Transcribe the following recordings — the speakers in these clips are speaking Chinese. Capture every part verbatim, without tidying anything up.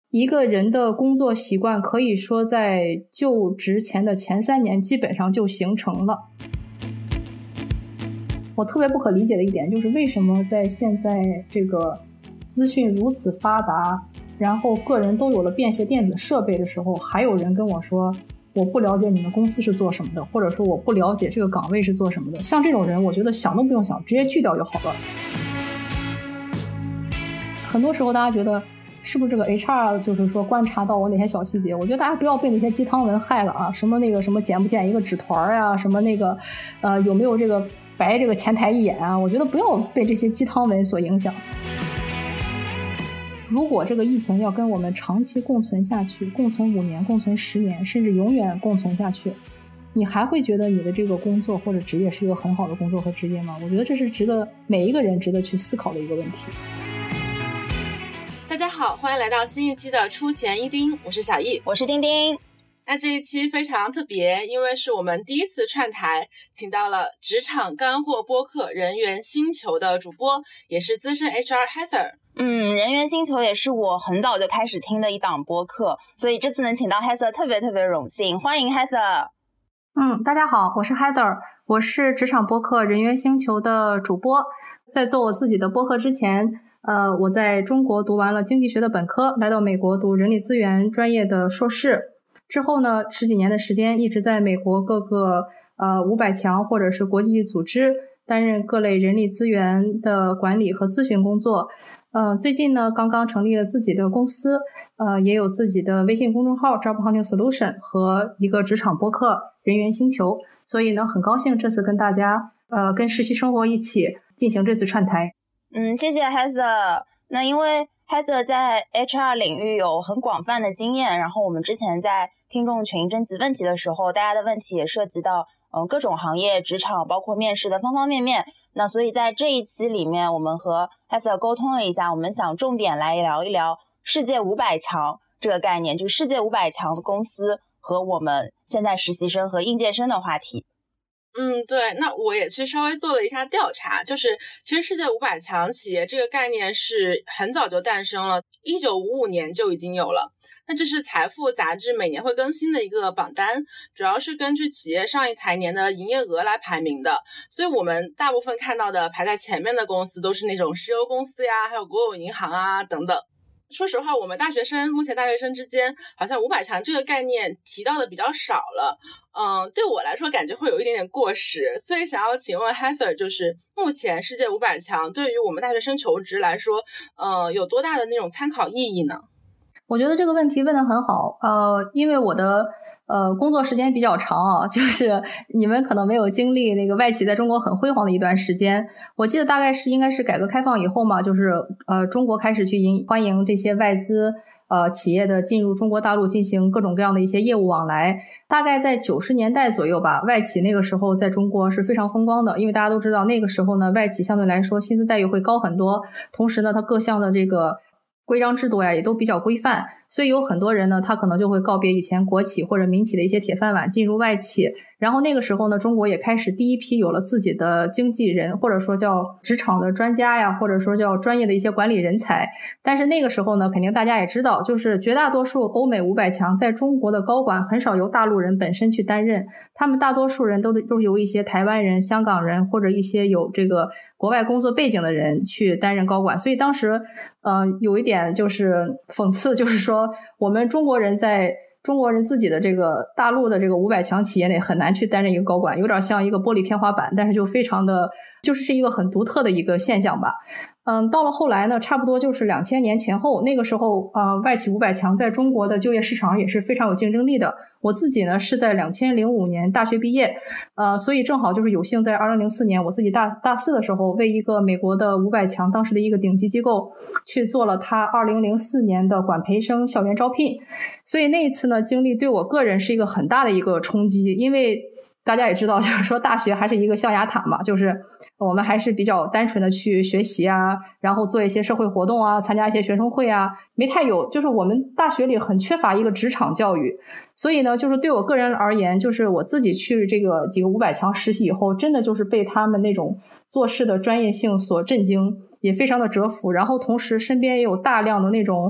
一个人的工作习惯可以说在就职前的前三年基本上就形成了。我特别不可理解的一点就是为什么在现在这个资讯如此发达，然后个人都有了便携电子设备的时候，还有人跟我说我不了解你们公司是做什么的，或者说我不了解这个岗位是做什么的。像这种人我觉得想都不用想，直接拒掉就好了。很多时候大家觉得是不是这个 H R 就是说观察到我哪些小细节，我觉得大家不要被那些鸡汤文害了啊，什么那个什么剪不剪一个纸团啊，什么那个呃有没有这个白这个前台一眼啊，我觉得不要被这些鸡汤文所影响。如果这个疫情要跟我们长期共存下去，共存五年，共存十年，甚至永远共存下去，你还会觉得你的这个工作或者职业是一个很好的工作和职业吗？我觉得这是值得每一个人值得去思考的一个问题。 大家好，欢迎来到新一期的出前一丁，我是小易， 我是丁丁。 那这一期非常特别，因为是我们第一次串台，请到了职场干货播客人猿星球的主播，也是资深 H R Heather。 嗯，人猿星球也是我很早就开始听的一档播客，所以这次能请到 Heather 特别特别荣幸，欢迎 Heather。 嗯，大家好，我是 Heather， 我是职场播客人猿星球的主播。在做我自己的播客之前，呃，我在中国读完了经济学的本科，来到美国读人力资源专业的硕士。之后呢，十几年的时间一直在美国各个呃五百强或者是国际组织担任各类人力资源的管理和咨询工作。呃，最近呢，刚刚成立了自己的公司，呃，也有自己的微信公众号 Job Hunting Solution 和一个职场播客人猿星球。所以呢，很高兴这次跟大家呃跟实习生活一起进行这次串台。 嗯，谢谢 Heather。那因为 Heather 在 H R 领域有很广泛的经验，然后我们之前在听众群征集问题的时候，大家的问题也涉及到嗯各种行业、职场包括面试的方方面面。那所以在这一期里面，我们和 Heather 沟通了一下，我们想重点来聊一聊世界五百强这个概念，就是世界五百强的公司和我们现在实习生和应届生的话题。 嗯，对，那我也去稍微做了一下调查，就是其实世界五百强企业这个概念是很早就诞生了，一九五五年就已经有了。那这是财富杂志每年会更新的一个榜单，主要是根据企业上一财年的营业额来排名的，所以我们大部分看到的排在前面的公司都是那种石油公司呀，还有国有银行啊等等。说实话，我们大学生目前大学生之间好像五百强这个概念提到的比较少了，嗯，对我来说感觉会有一点点过时，所以想要请问 Heather， 就是目前世界五百强对于我们大学生求职来说，呃，有多大的那种参考意义呢？ 我觉得这个问题问得很好，呃，因为我的呃工作时间比较长啊，就是你们可能没有经历那个外企在中国很辉煌的一段时间。我记得大概是应该是改革开放以后嘛，就是呃中国开始去迎欢迎这些外资呃企业的进入中国大陆进行各种各样的一些业务往来。大概在九十年代左右吧，外企那个时候在中国是非常风光的，因为大家都知道那个时候呢，外企相对来说薪资待遇会高很多，同时呢它各项的这个规章制度呀也都比较规范，所以有很多人呢他可能就会告别以前国企或者民企的一些铁饭碗，进入外企。然后那个时候呢，中国也开始第一批有了自己的经纪人，或者说叫职场的专家呀，或者说叫专业的一些管理人才。但是那个时候呢，肯定大家也知道，就是绝大多数欧美五百强在中国的高管很少由大陆人本身去担任，他们大多数人都都是由一些台湾人、香港人或者一些有这个国外工作背景的人去担任高管。所以当时呃有一点就是讽刺，就是说我们中国人在中国人自己的这个大陆的这个五百强企业内很难去担任一个高管，有点像一个玻璃天花板，但是就非常的就是是一个很独特的一个现象吧。嗯，到了后来呢，差不多就是两千年前后，那个时候呃，外企五百强在中国的就业市场也是非常有竞争力的。我自己呢是在两千零五年大学毕业，呃，所以正好就是有幸在二零零四年我自己大大四的时候，为一个美国的五百强当时的一个顶级机构去做了他二零零四年的管培生校园招聘。所以那一次呢，经历对我个人是一个很大的一个冲击，因为大家也知道，就是说大学还是一个象牙塔嘛，就是我们还是比较单纯的去学习啊，然后做一些社会活动啊，参加一些学生会啊，没太有，就是我们大学里很缺乏一个职场教育。所以呢，就是对我个人而言，就是我自己去这个几个五百强实习以后，真的就是被他们那种做事的专业性所震惊，也非常的折服。然后同时身边也有大量的那种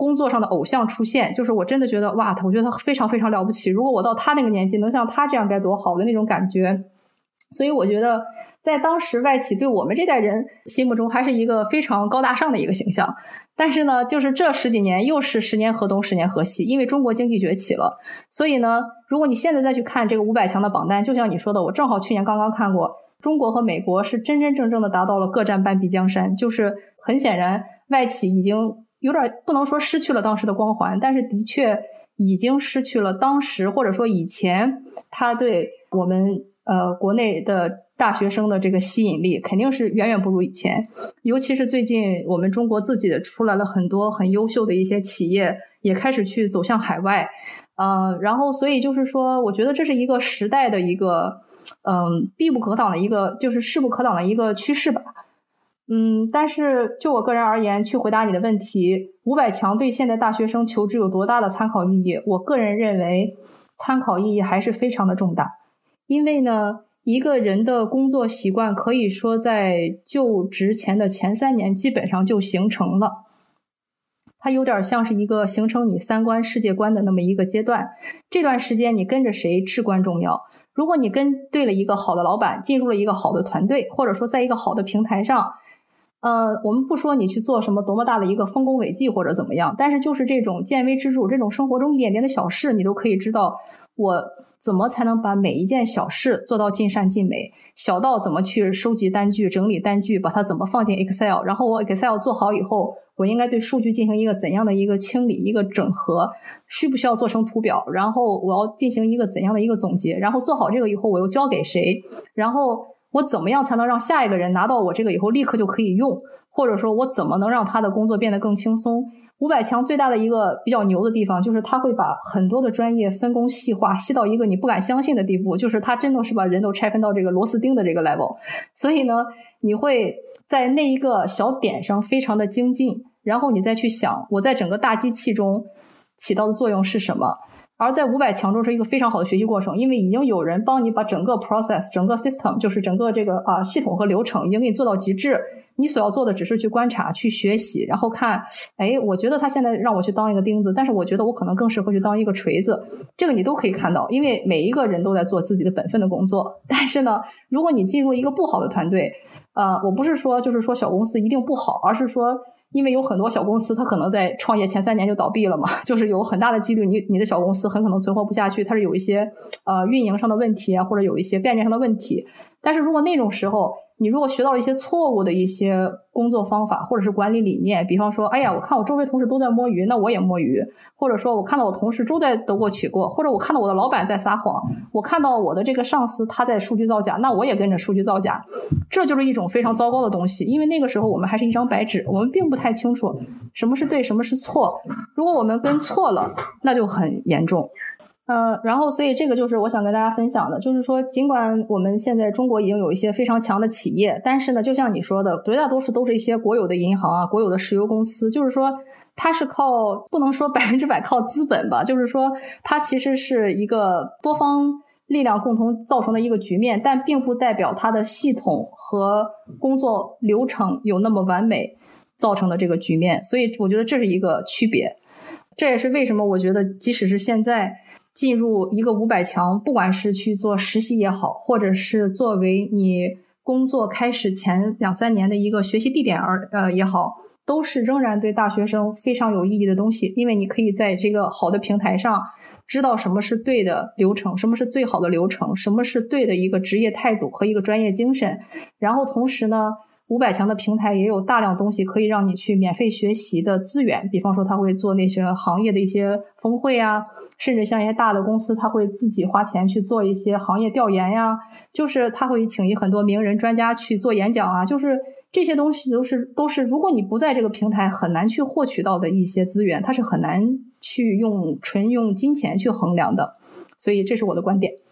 工作上的偶像出现，就是我真的觉得哇，我觉得他非常非常了不起，如果我到他那个年纪能像他这样该多好的那种感觉。所以我觉得在当时外企对我们这代人心目中还是一个非常高大上的一个形象。但是呢，就是这十几年又是十年河东十年河西，因为中国经济崛起了，所以呢，如果你现在再去看这个五百强的榜单，就像你说的，我正好去年刚刚看过，中国和美国是真真正正的达到了各占半壁江山，就是很显然外企已经有点不能说失去了当时的光环，但是的确已经失去了当时或者说以前他对我们呃国内的大学生的这个吸引力肯定是远远不如以前，尤其是最近我们中国自己的出来了很多很优秀的一些企业，也开始去走向海外，呃，然后所以就是说，我觉得这是一个时代的一个，嗯，必不可挡的一个，就是势不可挡的一个趋势吧。嗯，但是就我个人而言，去回答你的问题，五百强对现在大学生求职有多大的参考意义？我个人认为，参考意义还是非常的重大，因为呢。一个人的工作习惯可以说在就职前的前三年基本上就形成了，它有点像是一个形成你三观世界观的那么一个阶段。这段时间你跟着谁至关重要，如果你跟对了一个好的老板，进入了一个好的团队，或者说在一个好的平台上，呃，我们不说你去做什么多么大的一个丰功伟绩或者怎么样，但是就是这种见微知著，这种生活中一点点的小事你都可以知道我怎么才能把每一件小事做到尽善尽美，小到怎么去收集单据整理单据，把它怎么放进 Excel， 然后我 Excel 做好以后我应该对数据进行一个怎样的一个清理一个整合，需不需要做成图表，然后我要进行一个怎样的一个总结，然后做好这个以后我又交给谁，然后我怎么样才能让下一个人拿到我这个以后立刻就可以用，或者说我怎么能让他的工作变得更轻松。五百强最大的一个比较牛的地方就是他会把很多的专业分工细化，细到一个你不敢相信的地步，就是他真的是把人都拆分到这个螺丝钉的这个 level。 所以呢，你会在那一个小点上非常的精进，然后你再去想我在整个大机器中起到的作用是什么。而在五百强中是一个非常好的学习过程，因为已经有人帮你把整个 process 整个 system 就是整个这个啊系统和流程已经给你做到极致，你所要做的只是去观察去学习，然后看哎，我觉得他现在让我去当一个钉子，但是我觉得我可能更适合去当一个锤子，这个你都可以看到，因为每一个人都在做自己的本分的工作。但是呢，如果你进入一个不好的团队，呃，我不是说就是说小公司一定不好，而是说因为有很多小公司它可能在创业前三年就倒闭了嘛，就是有很大的几率你你的小公司很可能存活不下去，它是有一些呃运营上的问题啊，或者有一些概念上的问题。但是如果那种时候你如果学到了一些错误的一些工作方法或者是管理理念，比方说哎呀我看我周围同事都在摸鱼，那我也摸鱼，或者说我看到我同事都在得过且过，或者我看到我的老板在撒谎，我看到我的这个上司他在数据造假，那我也跟着数据造假，这就是一种非常糟糕的东西。因为那个时候我们还是一张白纸，我们并不太清楚什么是对什么是错，如果我们跟错了那就很严重。呃，然后所以这个就是我想跟大家分享的，就是说尽管我们现在中国已经有一些非常强的企业，但是呢就像你说的，绝大多数都是一些国有的银行啊，国有的石油公司，就是说它是靠不能说百分之百靠资本吧，就是说它其实是一个多方力量共同造成的一个局面，但并不代表它的系统和工作流程有那么完美造成的这个局面，所以我觉得这是一个区别。这也是为什么我觉得即使是现在进入一个五百强，不管是去做实习也好，或者是作为你工作开始前两三年的一个学习地点而呃也好，都是仍然对大学生非常有意义的东西。因为你可以在这个好的平台上知道什么是对的流程，什么是最好的流程，什么是对的一个职业态度和一个专业精神。然后同时呢，五百强的平台也有大量东西可以让你去免费学习的资源，比方说他会做那些行业的一些峰会啊，甚至像一些大的公司他会自己花钱去做一些行业调研呀，就是他会请一很多名人专家去做演讲啊，就是这些东西都是都是如果你不在这个平台很难去获取到的一些资源，它是很难去用纯用金钱去衡量的，所以这是我的观点。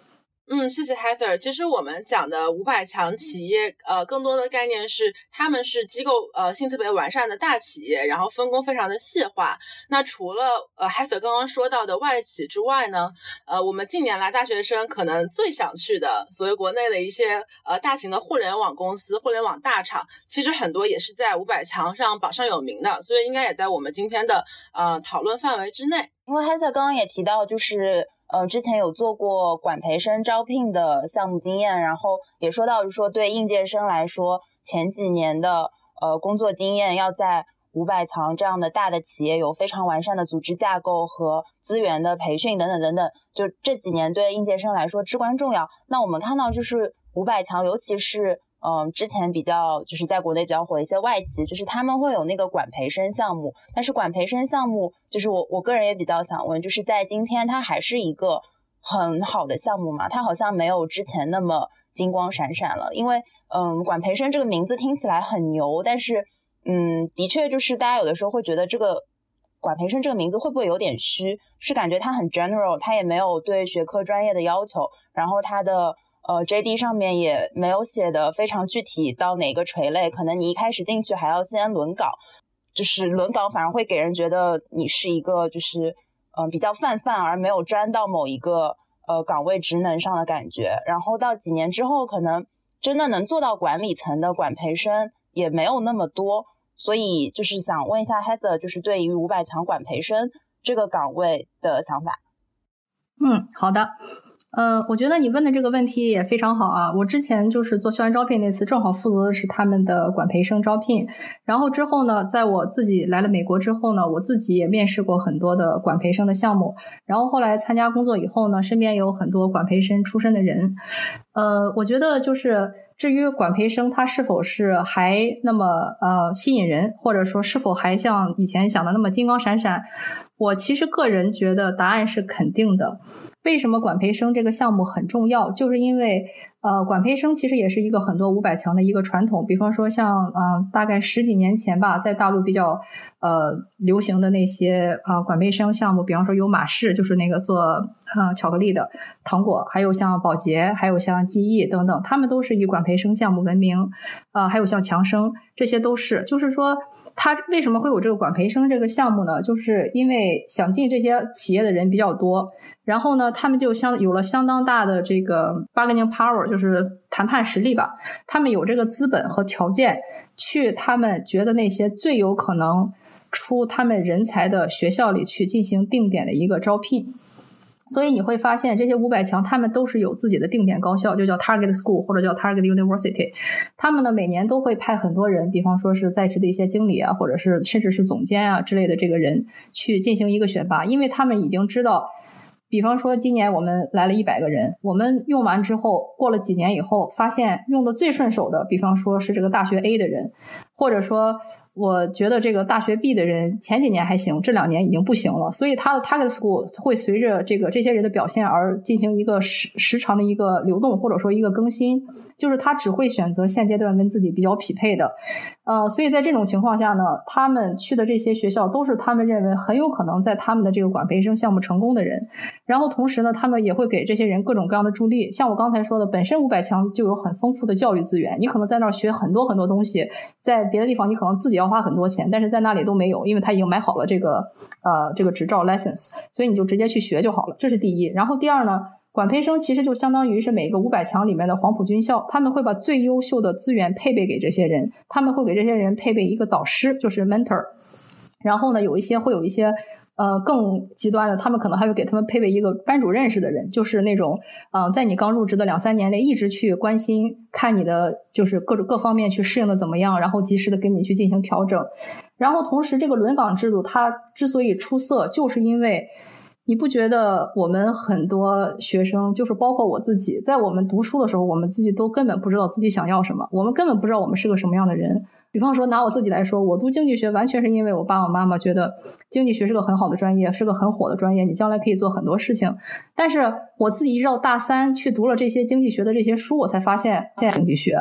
嗯，谢谢 Heather。其实我们讲的五百强企业，呃，更多的概念是他们是机构呃性特别完善的大企业，然后分工非常的细化。那除了呃 Heather 刚刚说到的外企之外呢，呃，我们近年来大学生可能最想去的，所谓国内的一些呃大型的互联网公司、互联网大厂，其实很多也是在五百强上榜上有名的，所以应该也在我们今天的呃讨论范围之内。 因为 Heather 刚刚也提到，就是呃，之前有做过管培生招聘的项目经验，然后也说到就是说对应届生来说，前几年的呃工作经验要在五百强这样的大的企业有非常完善的组织架构和资源的培训等等等等，就这几年对应届生来说至关重要。那我们看到就是五百强，尤其是嗯、呃，之前比较就是在国内比较火的一些外企，就是他们会有那个管培生项目，但是管培生项目就是我我个人也比较想问，就是在今天它还是一个很好的项目嘛？它好像没有之前那么金光闪闪了，因为嗯，管培生这个名字听起来很牛，但是嗯，的确就是大家有的时候会觉得这个管培生这个名字会不会有点虚，是感觉它很 general， 它也没有对学科专业的要求，然后它的呃 J D 上面也没有写的非常具体到哪个垂类，可能你一开始进去还要先轮岗，就是轮岗反而会给人觉得你是一个就是嗯、呃、比较泛泛而没有专到某一个呃岗位职能上的感觉，然后到几年之后可能真的能做到管理层的管培生也没有那么多，所以就是想问一下 Heather， 就是对于五百强管培生这个岗位的想法。 嗯，好的。呃，我觉得你问的这个问题也非常好啊。我之前就是做校园招聘那次，正好负责的是他们的管培生招聘。然后之后呢，在我自己来了美国之后呢，我自己也面试过很多的管培生的项目。然后后来参加工作以后呢，身边有很多管培生出身的人。呃，我觉得就是至于管培生他是否是还那么呃吸引人，或者说是否还像以前想的那么金光闪闪，我其实个人觉得答案是肯定的。为什么管培生这个项目很重要？就是因为呃，管培生其实也是一个很多五百强的一个传统。比方说像呃，大概十几年前吧，在大陆比较呃流行的那些呃管培生项目，比方说有马氏，就是那个做呃巧克力的糖果，还有像宝洁，还有像记忆等等，他们都是以管培生项目闻名。呃，还有像强生，这些都是。就是说他为什么会有这个管培生这个项目呢？就是因为想进这些企业的人比较多，然后呢，他们就相有了相当大的这个 bargaining power， 就是谈判实力吧。他们有这个资本和条件去他们觉得那些最有可能出他们人才的学校里去进行定点的一个招聘。所以你会发现这些五百强他们都是有自己的定点高校，就叫 Target School 或者叫 Target University。他们呢每年都会派很多人，比方说是在职的一些经理啊，或者是甚至是总监啊之类的这个人去进行一个选拔，因为他们已经知道，比方说今年我们来了一百个人，我们用完之后过了几年以后发现用的最顺手的，比方说是这个大学 A 的人，或者说我觉得这个大学 B 的人前几年还行，这两年已经不行了，所以他的 target school 会随着这个这些人的表现而进行一个时时长的一个流动，或者说一个更新，就是他只会选择现阶段跟自己比较匹配的。呃，所以在这种情况下呢，他们去的这些学校都是他们认为很有可能在他们的这个管培生项目成功的人，然后同时呢，他们也会给这些人各种各样的助力。像我刚才说的，本身五百强就有很丰富的教育资源，你可能在那儿学很多很多东西，在别的地方你可能自己要花很多钱，但是在那里都没有，因为他已经买好了这个呃这个执照 license， 所以你就直接去学就好了，这是第一。然后第二呢，管培生其实就相当于是每个五百强里面的黄埔军校，他们会把最优秀的资源配备给这些人，他们会给这些人配备一个导师，就是 mentor。然后呢，有一些会有一些呃更极端的，他们可能还会给他们配备一个班主任式的人，就是那种呃在你刚入职的两三年内一直去关心看你的就是各种各方面去适应的怎么样，然后及时的跟你去进行调整。然后同时这个轮岗制度它之所以出色，就是因为你不觉得我们很多学生，就是包括我自己，在我们读书的时候，我们自己都根本不知道自己想要什么，我们根本不知道我们是个什么样的人。比方说拿我自己来说，我读经济学完全是因为我爸我妈妈觉得经济学是个很好的专业，是个很火的专业，你将来可以做很多事情。但是我自己一直到大三去读了这些经济学的这些书，我才发现现在经济学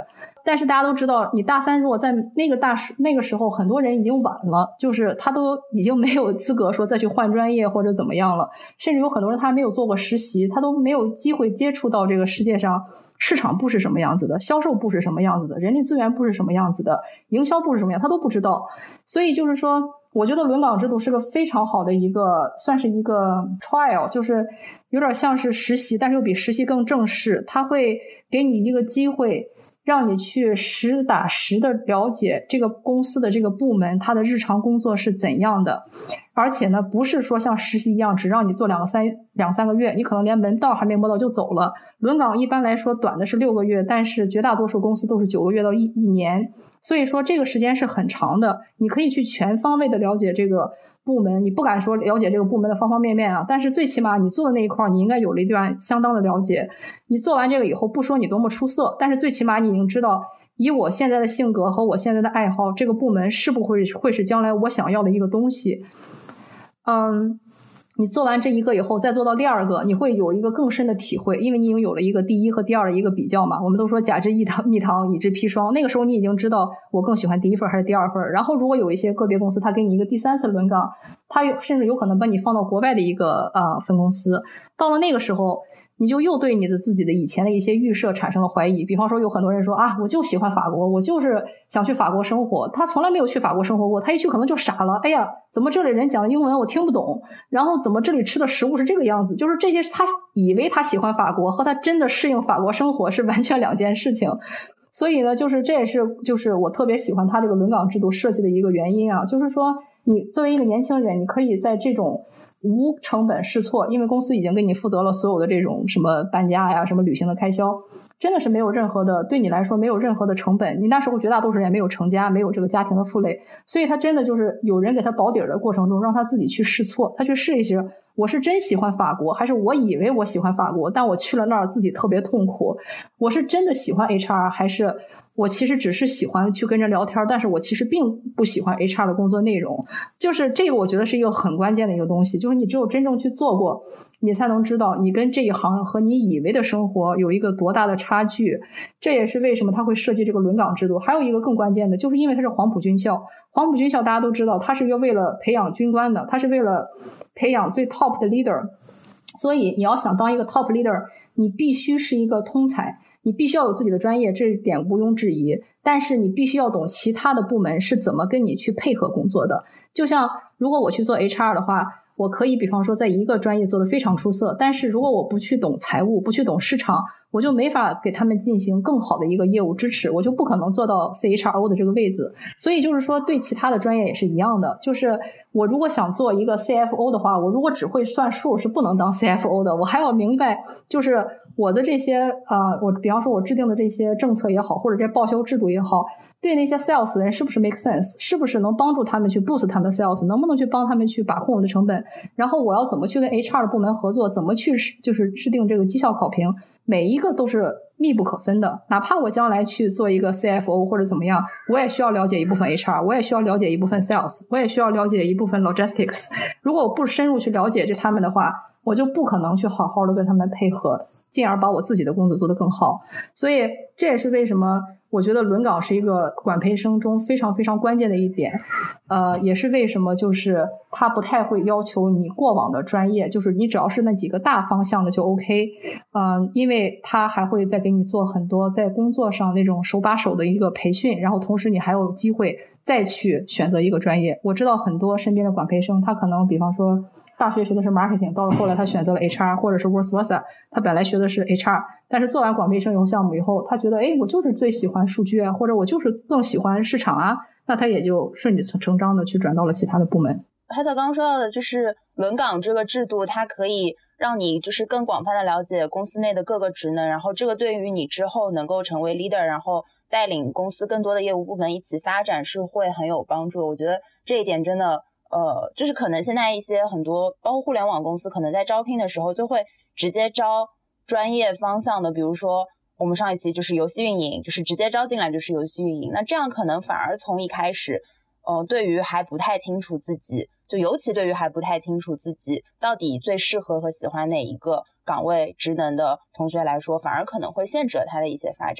但是大家都知道，你大三如果在那个大那个时候，很多人已经晚了，就是他都已经没有资格说再去换专业或者怎么样了，甚至有很多人他没有做过实习，他都没有机会接触到这个世界上市场部是什么样子的，销售部是什么样子的，人力资源部是什么样子的，营销部是什么样，他都不知道。所以就是说，我觉得轮岗制度是个非常好的一个，算是一个 trial， 就是有点像是实习，但是又比实习更正式，它会给你一个机会，让你去实打实的了解这个公司的这个部门它的日常工作是怎样的。而且呢，不是说像实习一样只让你做两个三两三个月，你可能连门道还没摸到就走了。轮岗一般来说短的是六个月，但是绝大多数公司都是九个月到一一年，所以说这个时间是很长的，你可以去全方位的了解这个部门。你不敢说了解这个部门的方方面面啊，但是最起码你做的那一块你应该有了一段相当的了解。你做完这个以后，不说你多么出色，但是最起码你已经知道，以我现在的性格和我现在的爱好，这个部门是不会会是将来我想要的一个东西。嗯，你做完这一个以后，再做到第二个，你会有一个更深的体会，因为你已经有了一个第一和第二的一个比较嘛。我们都说甲之蜜糖，蜜糖乙之砒霜，那个时候你已经知道我更喜欢第一份还是第二份。然后如果有一些个别公司，他给你一个第三次轮岗，他有甚至有可能把你放到国外的一个呃分公司，到了那个时候，你就又对你的自己的以前的一些预设产生了怀疑。比方说有很多人说啊，我就喜欢法国，我就是想去法国生活，他从来没有去法国生活过，他一去可能就傻了，哎呀，怎么这里人讲的英文我听不懂，然后怎么这里吃的食物是这个样子，就是这些他以为他喜欢法国和他真的适应法国生活是完全两件事情。所以呢，就是这也是就是我特别喜欢他这个轮岗制度设计的一个原因啊，就是说你作为一个年轻人，你可以在这种无成本试错，因为公司已经给你负责了所有的这种什么搬家呀、什么旅行的开销，真的是没有任何的，对你来说没有任何的成本。你那时候绝大多数人也没有成家，没有这个家庭的负累，所以他真的就是有人给他保底的过程中，让他自己去试错，他去试一试，我是真喜欢法国，还是我以为我喜欢法国，但我去了那儿自己特别痛苦，我是真的喜欢 H R， 还是我其实只是喜欢去跟人聊天，但是我其实并不喜欢 H R 的工作内容。就是这个我觉得是一个很关键的一个东西，就是你只有真正去做过，你才能知道你跟这一行和你以为的生活有一个多大的差距。这也是为什么他会设计这个轮岗制度。还有一个更关键的，就是因为它是黄埔军校，黄埔军校大家都知道，它是一个为了培养军官的，它是为了培养最 top 的 leader， 所以你要想当一个 top leader， 你必须是一个通才，你必须要有自己的专业，这一点毋庸置疑，但是你必须要懂其他的部门是怎么跟你去配合工作的。就像如果我去做 H R 的话，我可以比方说在一个专业做得非常出色，但是如果我不去懂财务，不去懂市场，我就没法给他们进行更好的一个业务支持，我就不可能做到 C H R O 的这个位置。所以就是说对其他的专业也是一样的，就是我如果想做一个 C F O 的话，我如果只会算数是不能当 C F O 的，我还要明白就是我的这些呃，我比方说我制定的这些政策也好，或者这些报销制度也好，对那些 sales 的人是不是 make sense， 是不是能帮助他们去 boost 他们的 sales， 能不能去帮他们去把控我的成本，然后我要怎么去跟 H R 的部门合作，怎么去就是制定这个绩效考评，每一个都是密不可分的。哪怕我将来去做一个 C F O 或者怎么样，我也需要了解一部分 H R， 我也需要了解一部分 sales， 我也需要了解一部分 logistics。 如果我不深入去了解这他们的话，我就不可能去好好的跟他们配合，进而把我自己的工作做得更好。所以这也是为什么我觉得轮岗是一个管培生中非常非常关键的一点，呃，也是为什么就是他不太会要求你过往的专业，就是你只要是那几个大方向的就 OK， 嗯、呃，因为他还会再给你做很多在工作上那种手把手的一个培训，然后同时你还有机会再去选择一个专业。我知道很多身边的管培生，他可能比方说大学学的是 marketing， 到了后来他选择了 H R， 或者是 vice versa， 他本来学的是 H R， 但是做完管培生有项目以后，他觉得诶我就是最喜欢数据啊，或者我就是更喜欢市场啊，那他也就顺理成章的去转到了其他的部门。 海草刚刚说到的就是轮岗这个制度，它可以让你就是更广泛的了解公司内的各个职能，然后这个对于你之后能够成为 leader， 然后带领公司更多的业务部门一起发展是会很有帮助。我觉得这一点真的呃，就是可能现在一些很多包括互联网公司可能在招聘的时候就会直接招专业方向的，比如说我们上一期就是游戏运营，就是直接招进来就是游戏运营，那这样可能反而从一开始呃，对于还不太清楚自己，就尤其对于还不太清楚自己到底最适合和喜欢哪一个岗位职能的同学来说，反而可能会限制了他的一些发展。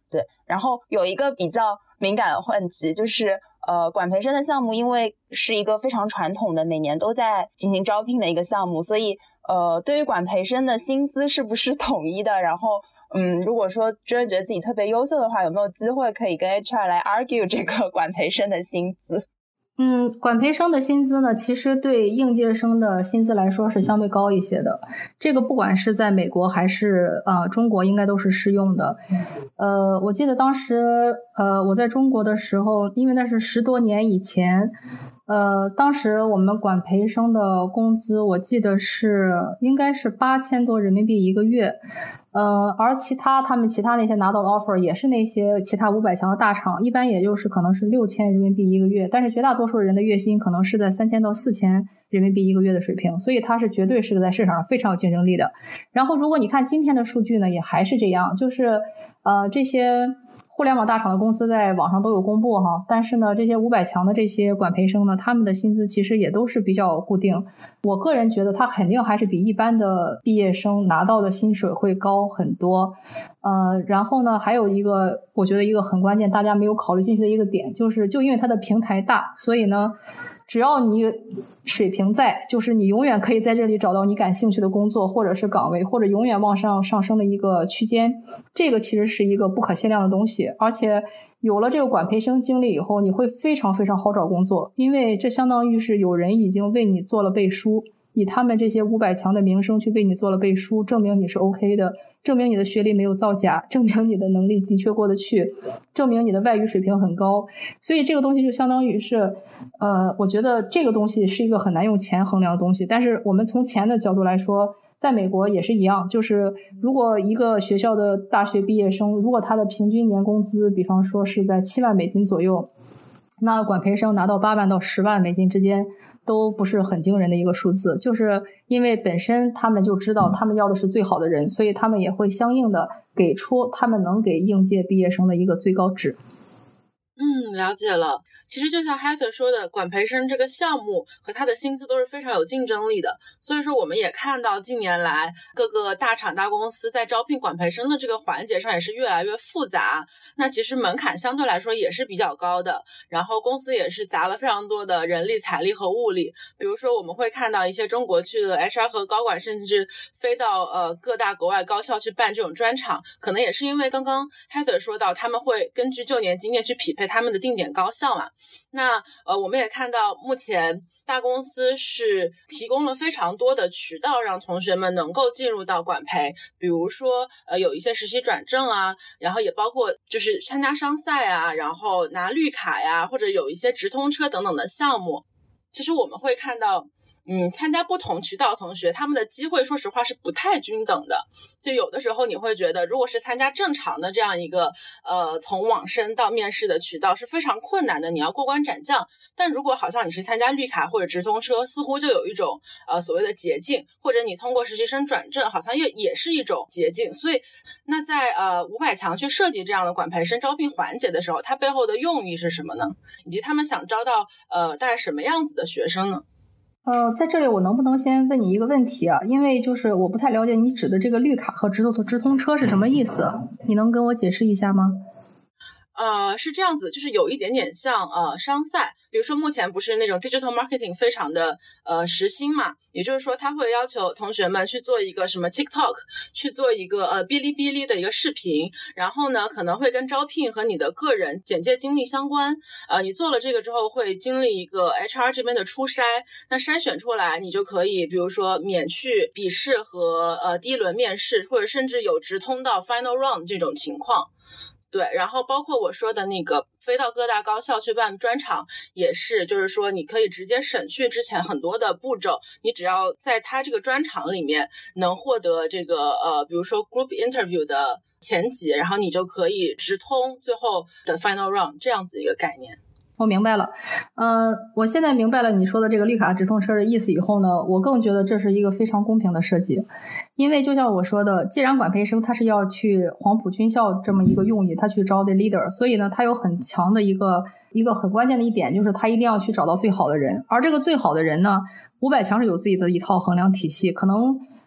对，然后有一个比较敏感的问题，就是呃，管培生的项目因为是一个非常传统的每年都在进行招聘的一个项目，所以呃，对于管培生的薪资是不是统一的？然后嗯，如果说真的觉得自己特别优秀的话，有没有机会可以跟 H R 来 argue 这个管培生的薪资？ 嗯，管培生的薪资呢，其实对应届生的薪资来说是相对高一些的。这个不管是在美国还是呃中国，应该都是适用的。呃，我记得当时呃我在中国的时候，因为那是十多年以前，呃，当时我们管培生的工资，我记得是应该是八千多人民币一个月。呃，而其他他们其他那些拿到的 offer 也是那些其他五百强的大厂，一般也就是可能是六千人民币一个月，但是绝大多数人的月薪可能是在三千到四千人民币一个月的水平，所以它是绝对是个在市场上非常有竞争力的。然后如果你看今天的数据呢，也还是这样，就是呃这些互联网大厂的公司在网上都有公布哈，但是呢，这些五百强的这些管培生呢，他们的薪资其实也都是比较固定。我个人觉得他肯定还是比一般的毕业生拿到的薪水会高很多。呃，然后呢，还有一个我觉得一个很关键，大家没有考虑进去的一个点，就是就因为它的平台大，所以呢，只要你水平在，就是你永远可以在这里找到你感兴趣的工作或者是岗位，或者永远往上上升的一个区间。这个其实是一个不可限量的东西，而且有了这个管培生经历以后，你会非常非常好找工作，因为这相当于是有人已经为你做了背书，以他们这些五百强的名声去为你做了背书，证明你是 OK 的，证明你的学历没有造假，证明你的能力的确过得去，证明你的外语水平很高。所以这个东西就相当于是呃，我觉得这个东西是一个很难用钱衡量的东西，但是我们从钱的角度来说，在美国也是一样，就是如果一个学校的大学毕业生，如果他的平均年工资比方说是在七万美金左右，那管培生拿到八万到十万美金之间都不是很惊人的一个数字，就是因为本身他们就知道他们要的是最好的人，所以他们也会相应的给出他们能给应届毕业生的一个最高值。 嗯，了解了。其实就像 Heather 说的，管培生这个项目和他的薪资都是非常有竞争力的，所以说我们也看到近年来各个大厂大公司在招聘管培生的这个环节上也是越来越复杂，那其实门槛相对来说也是比较高的，然后公司也是砸了非常多的人力财力和物力。比如说我们会看到一些中国区的 H R 和高管甚至飞到呃各大国外高校去办这种专场，可能也是因为刚刚 Heather 说到他们会根据就年经验去匹配他们的定点高校嘛。那呃我们也看到目前大公司是提供了非常多的渠道让同学们能够进入到管培，比如说呃有一些实习转正啊，然后也包括就是参加商赛啊，然后拿绿卡呀，或者有一些直通车等等的项目。其实我们会看到嗯，参加不同渠道的同学，他们的机会说实话是不太均等的。就有的时候你会觉得，如果是参加正常的这样一个呃从网申到面试的渠道是非常困难的，你要过关斩将。但如果好像你是参加绿卡或者直通车，似乎就有一种呃所谓的捷径，或者你通过实习生转正，好像也也是一种捷径。所以那在呃五百强去设计这样的管培生招聘环节的时候，它背后的用意是什么呢？以及他们想招到呃大概什么样子的学生呢？ 呃，在这里我能不能先问你一个问题啊？因为就是我不太了解你指的这个绿卡和直通直通车是什么意思，你能跟我解释一下吗？ 呃，是这样子，就是有一点点像呃商赛，比如说目前不是那种 digital marketing 非常的呃时兴嘛，也就是说他会要求同学们去做一个什么 TikTok， 去做一个呃哔哩哔哩的一个视频，然后呢可能会跟招聘和你的个人简介经历相关，呃你做了这个之后会经历一个 H R 这边的初筛，那筛选出来你就可以比如说免去笔试和呃第一轮面试，或者甚至有直通到 final round 这种情况。对，然后包括我说的那个飞到各大高校去办专场也是，就是说你可以直接省去之前很多的步骤，你只要在他这个专场里面能获得这个呃，比如说 group interview 的前几，然后你就可以直通最后的 final round 这样子一个概念。 我明白了，呃，我现在明白了你说的这个绿卡直通车的意思以后呢，我更觉得这是一个非常公平的设计，因为就像我说的，既然管培生他是要去黄埔军校这么一个用意，他去招的 leader， 所以呢，他有很强的一个一个很关键的一点，就是他一定要去找到最好的人，而这个最好的人呢，五百强是有自己的一套衡量体系，可能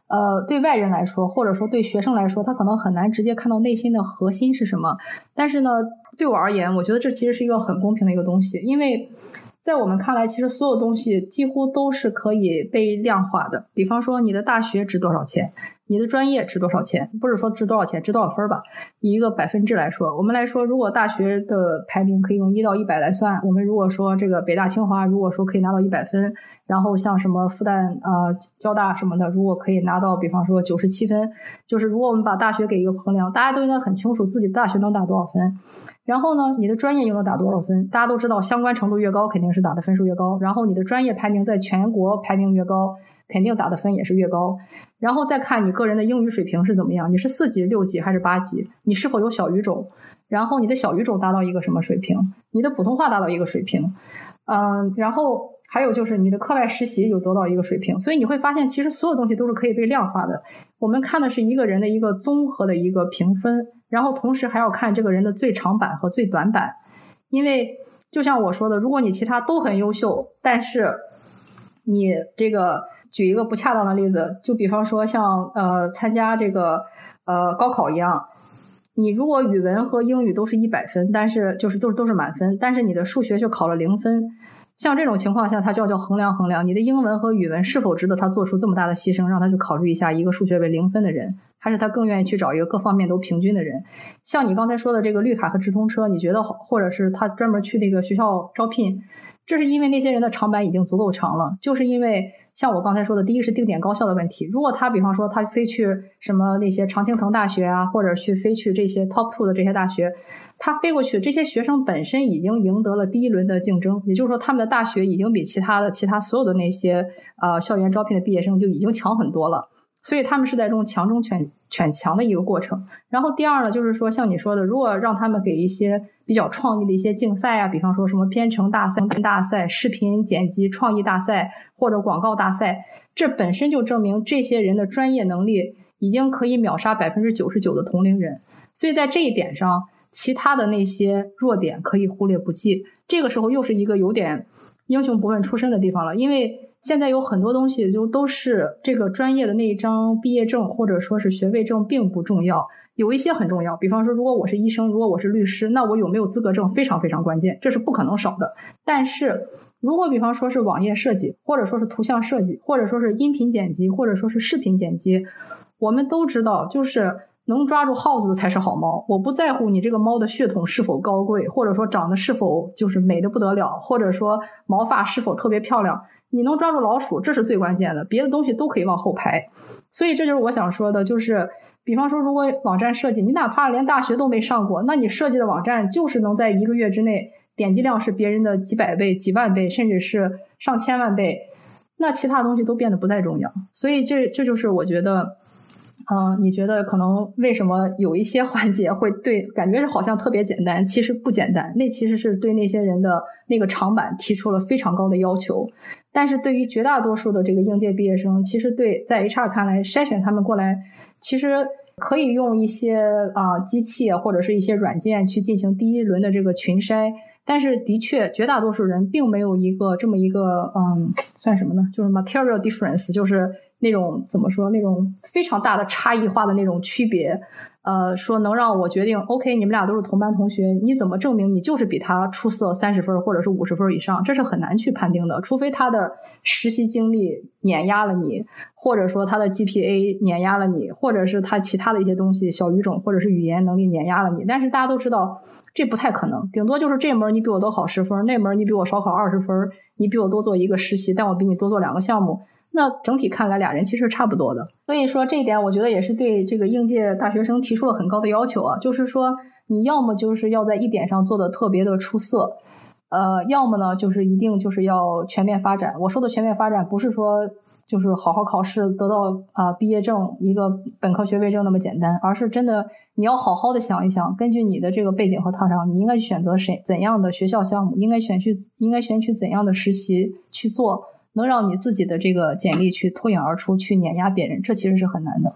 呃，对外人来说，或者说对学生来说，他可能很难直接看到内心的核心是什么。但是呢，对我而言，我觉得这其实是一个很公平的一个东西，因为在我们看来，其实所有东西几乎都是可以被量化的。比方说，你的大学值多少钱，你的专业值多少钱，不是说值多少钱，值多少分吧。以一个百分制来说，我们来说，如果大学的排名可以用一到一百来算，我们如果说这个北大清华，如果说可以拿到一百分，然后像什么复旦啊、呃、交大什么的，如果可以拿到，比方说九十七分，就是如果我们把大学给一个衡量，大家都应该很清楚自己的大学能打多少分。然后呢，你的专业又能打多少分？大家都知道，相关程度越高，肯定是打的分数越高。然后你的专业排名在全国排名越高，肯定打的分也是越高。然后再看你个人的英语水平是怎么样，你是四级、六级还是八级？你是否有小语种？然后你的小语种达到一个什么水平？你的普通话达到一个水平？嗯，然后还有就是你的课外实习有得到一个水平。所以你会发现，其实所有东西都是可以被量化的。我们看的是一个人的一个综合的一个评分，然后同时还要看这个人的最长板和最短板。因为就像我说的，如果你其他都很优秀，但是你这个举一个不恰当的例子，就比方说像呃参加这个呃高考一样，你如果语文和英语都是一百分，但是就是都是都是满分，但是你的数学就考了零分，像这种情况下，他就要叫衡量衡量你的英文和语文是否值得他做出这么大的牺牲，让他去考虑一下一个数学为零分的人，还是他更愿意去找一个各方面都平均的人。像你刚才说的这个绿卡和直通车，你觉得好，或者是他专门去那个学校招聘，这是因为那些人的长板已经足够长了，就是因为像我刚才说的，第一是定点高校的问题。如果他比方说他飞去什么那些常青藤大学啊，或者去飞去这些 top two 的这些大学，他飞过去，这些学生本身已经赢得了第一轮的竞争，也就是说他们的大学已经比其他的其他所有的那些呃校园招聘的毕业生就已经强很多了。所以他们是在这种强中选选强的一个过程。然后第二呢，就是说像你说的，如果让他们给一些比较创意的一些竞赛啊，比方说什么编程大赛、大赛、视频剪辑创意大赛或者广告大赛，这本身就证明这些人的专业能力已经可以秒杀 百分之九十九 的同龄人。所以在这一点上，其他的那些弱点可以忽略不计。这个时候又是一个有点英雄不问出身的地方了，因为现在有很多东西就都是这个专业的那一张毕业证或者说是学位证并不重要，有一些很重要。比方说，如果我是医生，如果我是律师，那我有没有资格证非常非常关键，这是不可能少的。但是如果比方说是网页设计，或者说是图像设计，或者说是音频剪辑，或者说是视频剪辑，我们都知道，就是能抓住耗子的才是好猫。我不在乎你这个猫的血统是否高贵，或者说长得是否就是美得不得了，或者说毛发是否特别漂亮，你能抓住老鼠，这是最关键的，别的东西都可以往后排。所以这就是我想说的，就是比方说如果网站设计，你哪怕连大学都没上过，那你设计的网站就是能在一个月之内点击量是别人的几百倍、几万倍，甚至是上千万倍，那其他东西都变得不再重要。所以这这就是我觉得嗯、呃，你觉得可能为什么有一些环节会对感觉是好像特别简单，其实不简单，那其实是对那些人的那个长板提出了非常高的要求。但是对于绝大多数的这个应届毕业生，其实对在 H R 看来，筛选他们过来其实可以用一些啊、呃、机器或者是一些软件去进行第一轮的这个群筛，但是的确绝大多数人并没有一个这么一个嗯算什么呢，就是 material difference， 就是那种怎么说，那种非常大的差异化的那种区别，呃，说能让我决定 OK 你们俩都是同班同学，你怎么证明你就是比他出色三十分或者是五十分以上，这是很难去判定的，除非他的实习经历碾压了你，或者说他的 G P A 碾压了你，或者是他其他的一些东西小语种或者是语言能力碾压了你，但是大家都知道这不太可能，顶多就是这门你比我多考十分，那门你比我少考二十分，你比我多做一个实习，但我比你多做两个项目，那整体看来俩人其实差不多的。所以说这一点我觉得也是对这个应届大学生提出了很高的要求啊，就是说你要么就是要在一点上做的特别的出色，呃，要么呢就是一定就是要全面发展。我说的全面发展不是说就是好好考试得到啊、呃、毕业证一个本科学位证那么简单，而是真的你要好好的想一想，根据你的这个背景和特长，你应该选择谁怎样的学校项目，应该选去应该选取怎样的实习去做，能让你自己的这个简历去脱颖而出，去碾压别人，这其实是很难的。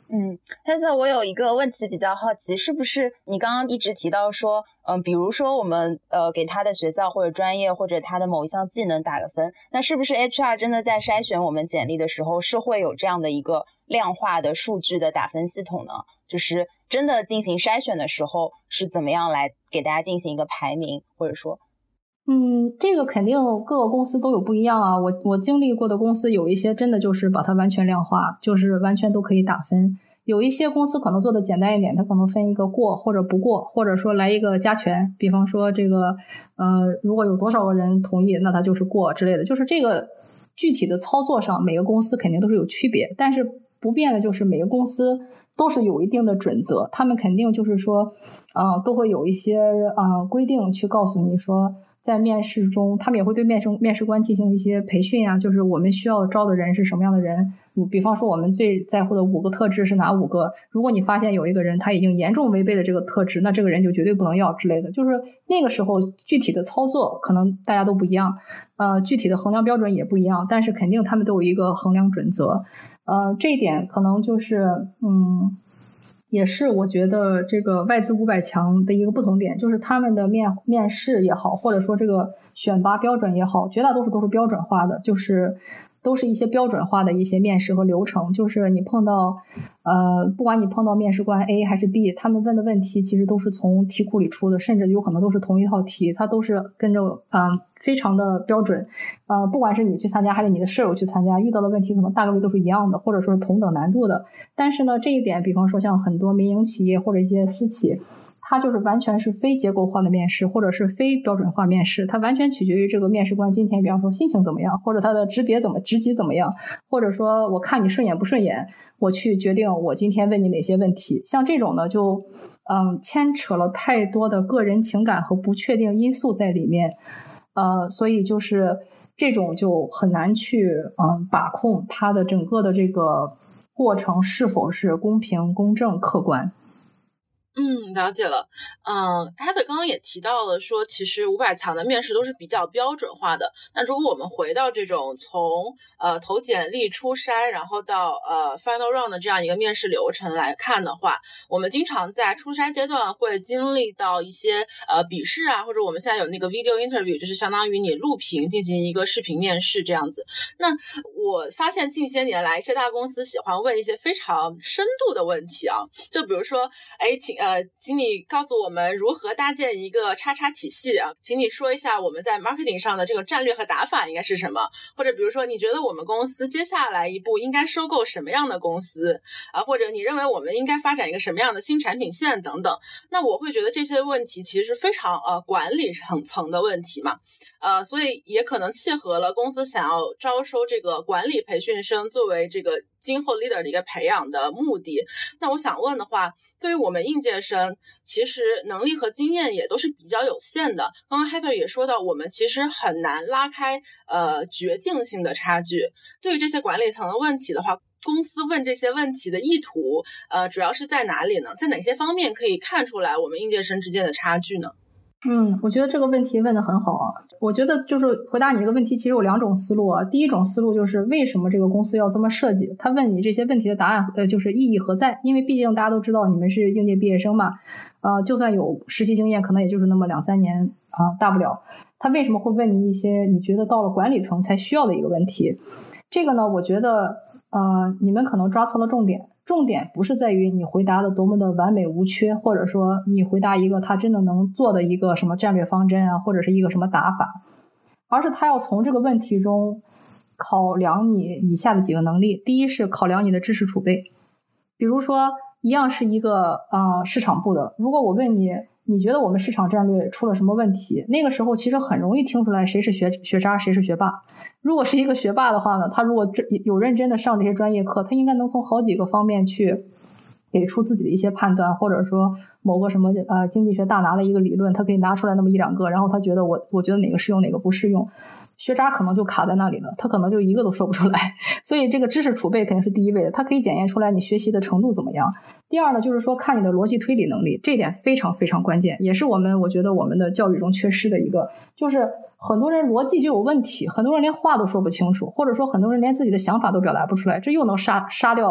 嗯，但是我有一个问题比较好奇，是不是你刚刚一直提到说，嗯，比如说我们呃给他的学校或者专业或者他的某一项技能打个分，那是不是 H R 真的在筛选我们简历的时候是会有这样的一个量化的数据的打分系统呢？就是真的进行筛选的时候是怎么样来给大家进行一个排名，或者说？ 嗯，这个肯定各个公司都有不一样啊。我我经历过的公司有一些真的就是把它完全量化，就是完全都可以打分。有一些公司可能做的简单一点，它可能分一个过或者不过，或者说来一个加权。比方说这个，呃，如果有多少个人同意，那它就是过之类的。就是这个具体的操作上，每个公司肯定都是有区别，但是不变的就是每个公司都是有一定的准则，他们肯定就是说，嗯、呃，都会有一些呃规定去告诉你说。在面试中，他们也会对面试面试官进行一些培训啊，就是我们需要招的人是什么样的人。比方说，我们最在乎的五个特质是哪五个？如果你发现有一个人他已经严重违背了这个特质，那这个人就绝对不能要之类的。就是那个时候具体的操作可能大家都不一样，呃，具体的衡量标准也不一样，但是肯定他们都有一个衡量准则。呃，这一点可能就是嗯。也是我觉得这个外资五百强的一个不同点，就是他们的面面试也好，或者说这个选拔标准也好，绝大多数都是标准化的，就是都是一些标准化的一些面试和流程。就是你碰到呃，不管你碰到面试官 A 还是 B， 他们问的问题其实都是从题库里出的，甚至有可能都是同一套题，它都是跟着嗯、呃、非常的标准。呃，不管是你去参加还是你的舍友去参加，遇到的问题可能大概率都是一样的，或者说是同等难度的。但是呢，这一点比方说像很多民营企业或者一些私企，它就是完全是非结构化的面试，或者是非标准化面试，它完全取决于这个面试官今天比方说心情怎么样，或者他的职别怎么职级怎么样，或者说我看你顺眼不顺眼，我去决定我今天问你哪些问题。像这种呢就嗯牵扯了太多的个人情感和不确定因素在里面，呃所以就是这种就很难去嗯把控它的整个的这个过程是否是公平公正客观。 嗯，了解了。嗯 Heather 刚刚也提到了说，其实五百强的面试都是比较标准化的。那如果我们回到这种从呃投简历、初筛，然后到呃 final round 的这样一个面试流程来看的话，我们经常在初筛阶段会经历到一些呃笔试啊，或者我们现在有那个 video interview， 就是相当于你录屏进行一个视频面试这样子。那我发现近些年来，一些大公司喜欢问一些非常深度的问题啊，就比如说，哎，请呃，请你告诉我们如何搭建一个叉叉体系啊，请你说一下我们在 marketing 上的这个战略和打法应该是什么，或者比如说你觉得我们公司接下来一步应该收购什么样的公司啊，或者你认为我们应该发展一个什么样的新产品线等等。那我会觉得这些问题其实是非常呃管理层层的问题嘛，呃，所以也可能契合了公司想要招收这个管理培训生作为这个今后 leader 的一个培养的目的。那我想问的话，对于我们应届生，其实能力和经验也都是比较有限的。刚刚 Heather 也说到，我们其实很难拉开呃决定性的差距。对于这些管理层的问题的话，公司问这些问题的意图，呃，主要是在哪里呢？在哪些方面可以看出来我们应届生之间的差距呢？ 嗯，我觉得这个问题问得很好啊。我觉得就是回答你这个问题，其实有两种思路啊。第一种思路就是为什么这个公司要这么设计？他问你这些问题的答案，呃，就是意义何在？因为毕竟大家都知道你们是应届毕业生嘛，呃，就算有实习经验，可能也就是那么两三年啊、呃，大不了。他为什么会问你一些你觉得到了管理层才需要的一个问题？这个呢，我觉得呃，你们可能抓错了重点。重点不是在于你回答的多么的完美无缺，或者说你回答一个他真的能做的一个什么战略方针啊，或者是一个什么打法，而是他要从这个问题中考量你以下的几个能力。第一是考量你的知识储备，比如说一样是一个呃市场部的，如果我问你你觉得我们市场战略出了什么问题，那个时候其实很容易听出来谁是学学渣谁是学霸。如果是一个学霸的话呢，他如果有认真的上这些专业课，他应该能从好几个方面去给出自己的一些判断，或者说某个什么呃经济学大拿的一个理论，他可以拿出来那么一两个，然后他觉得我我觉得哪个适用哪个不适用。学渣可能就卡在那里了，他可能就一个都说不出来。所以这个知识储备肯定是第一位的，它可以检验出来你学习的程度怎么样。第二呢，就是说看你的逻辑推理能力，这一点非常非常关键，也是我们我觉得我们的教育中缺失的一个，就是很多人逻辑就有问题，很多人连话都说不清楚，或者说很多人连自己的想法都表达不出来，这又能杀杀掉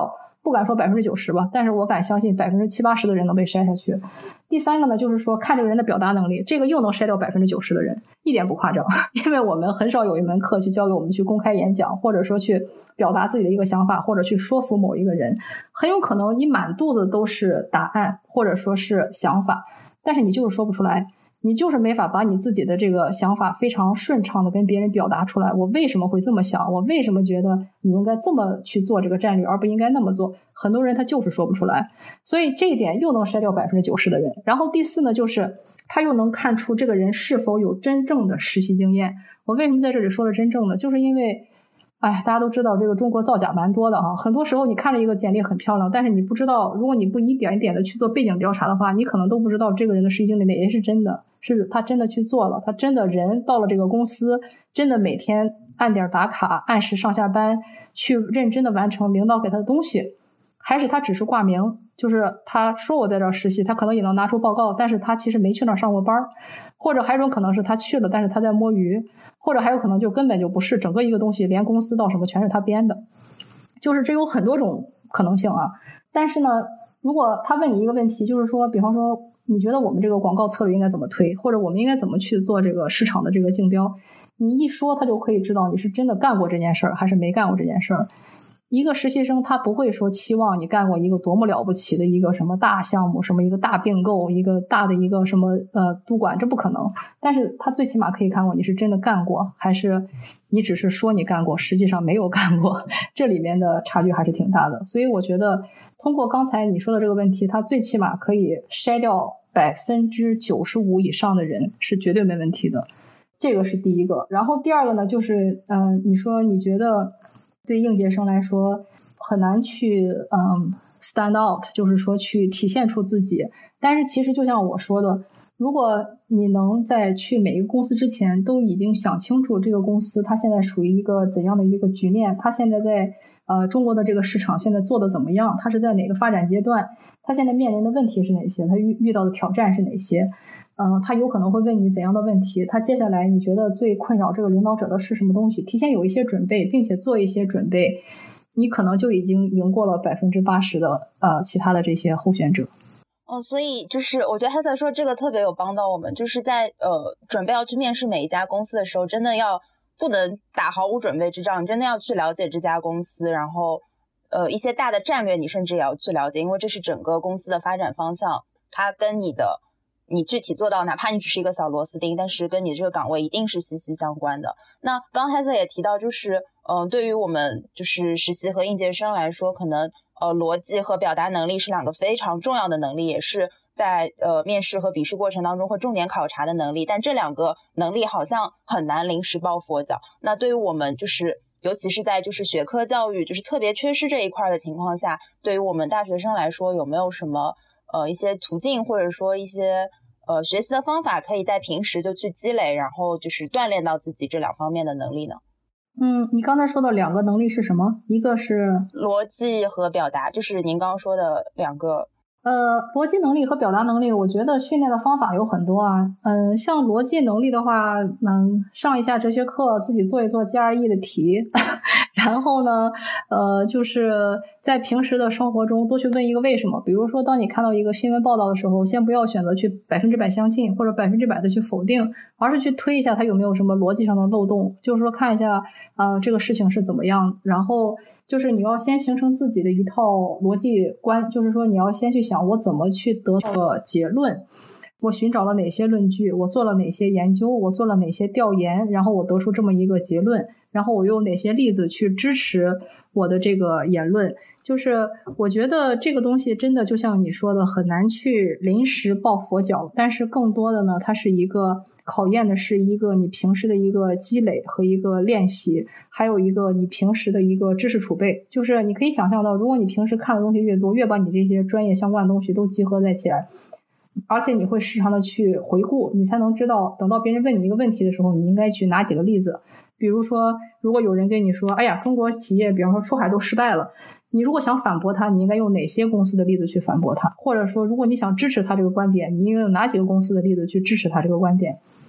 不敢说百分之九十吧，但是我敢相信百分之七八十的人能被筛下去。第三个呢，就是说看这个人的表达能力，这个又能筛掉百分之九十的人，一点不夸张。因为我们很少有一门课去教给我们去公开演讲，或者说去表达自己的一个想法，或者去说服某一个人，很有可能你满肚子都是答案或者说是想法，但是你就是说不出来。你就是没法把你自己的这个想法非常顺畅的跟别人表达出来，我为什么会这么想，我为什么觉得你应该这么去做这个战略而不应该那么做，很多人他就是说不出来，所以这一点又能筛掉百分之九十的人。然后第四呢，就是他又能看出这个人是否有真正的实习经验。我为什么在这里说了真正的，就是因为哎，大家都知道这个中国造假蛮多的啊，很多时候你看着一个简历很漂亮，但是你不知道，如果你不一点一点的去做背景调查的话，你可能都不知道这个人的实习经历哪些是真的，是他真的去做了，他真的人到了这个公司，真的每天按点打卡，按时上下班，去认真的完成领导给他的东西，还是他只是挂名，就是他说我在这儿实习，他可能也能拿出报告，但是他其实没去那儿上过班，或者还有一种可能是他去了，但是他在摸鱼，或者还有可能就根本就不是，整个一个东西连公司到什么全是他编的，就是这有很多种可能性啊。但是呢，如果他问你一个问题，就是说比方说你觉得我们这个广告策略应该怎么推，或者我们应该怎么去做这个市场的这个竞标，你一说他就可以知道你是真的干过这件事儿还是没干过这件事儿。一个实习生他不会说期望你干过一个多么了不起的一个什么大项目，什么一个大并购，一个大的一个什么呃督管，这不可能。但是他最起码可以看过你是真的干过，还是你只是说你干过，实际上没有干过，这里面的差距还是挺大的。所以我觉得通过刚才你说的这个问题，他最起码可以筛掉百分之九十五以上的人是绝对没问题的，这个是第一个。然后第二个呢，就是嗯、呃，你说你觉得对应届生来说很难去嗯 stand out， 就是说去体现出自己。但是其实就像我说的，如果你能在去每一个公司之前都已经想清楚这个公司它现在属于一个怎样的一个局面，它现在在呃中国的这个市场现在做的怎么样，它是在哪个发展阶段，它现在面临的问题是哪些，它遇遇到的挑战是哪些，嗯、呃，他有可能会问你怎样的问题，他接下来你觉得最困扰这个领导者的是什么东西，提前有一些准备，并且做一些准备，你可能就已经赢过了百分之八十的呃其他的这些候选者。 哦，所以就是我觉得 Heather 说这个特别有帮到我们，就是在呃准备要去面试每一家公司的时候，真的要不能打毫无准备之仗，你真的要去了解这家公司，然后呃一些大的战略你甚至也要去了解，因为这是整个公司的发展方向，它跟你的你具体做到，哪怕你只是一个小螺丝钉，但是跟你这个岗位一定是息息相关的。那刚刚 Heather 也提到，就是嗯、呃，对于我们就是实习和应届生来说，可能呃逻辑和表达能力是两个非常重要的能力，也是在呃面试和笔试过程当中会重点考察的能力，但这两个能力好像很难临时抱佛脚。那对于我们就是尤其是在就是学科教育就是特别缺失这一块的情况下，对于我们大学生来说，有没有什么呃一些途径或者说一些呃学习的方法可以在平时就去积累，然后就是锻炼到自己这两方面的能力呢？ 嗯，你刚才说的两个能力是什么？一个是逻辑和表达，就是您刚刚说的两个。 呃，逻辑能力和表达能力，我觉得训练的方法有很多啊。嗯，像逻辑能力的话，嗯，上一下哲学课，自己做一做 G R E 的题，然后呢，呃，就是在平时的生活中多去问一个为什么。比如说，当你看到一个新闻报道的时候，先不要选择去百分之百相信或者百分之百的去否定，而是去推一下它有没有什么逻辑上的漏洞，就是说看一下，呃，这个事情是怎么样，然后就是你要先形成自己的一套逻辑观，就是说你要先去想我怎么去得到结论，我寻找了哪些论据，我做了哪些研究，我做了哪些调研，然后我得出这么一个结论，然后我用哪些例子去支持我的这个言论。就是我觉得这个东西真的就像你说的很难去临时抱佛脚，但是更多的呢，它是一个考验的是一个你平时的一个积累和一个练习，还有一个你平时的一个知识储备。就是你可以想象到，如果你平时看的东西越多，越把你这些专业相关的东西都集合在起来，而且你会时常的去回顾，你才能知道等到别人问你一个问题的时候，你应该举哪几个例子。比如说如果有人跟你说，哎呀，中国企业比方说出海都失败了，你如果想反驳他，你应该用哪些公司的例子去反驳他，或者说如果你想支持他这个观点，你应该用哪几个公司的例子去支持他这个观点。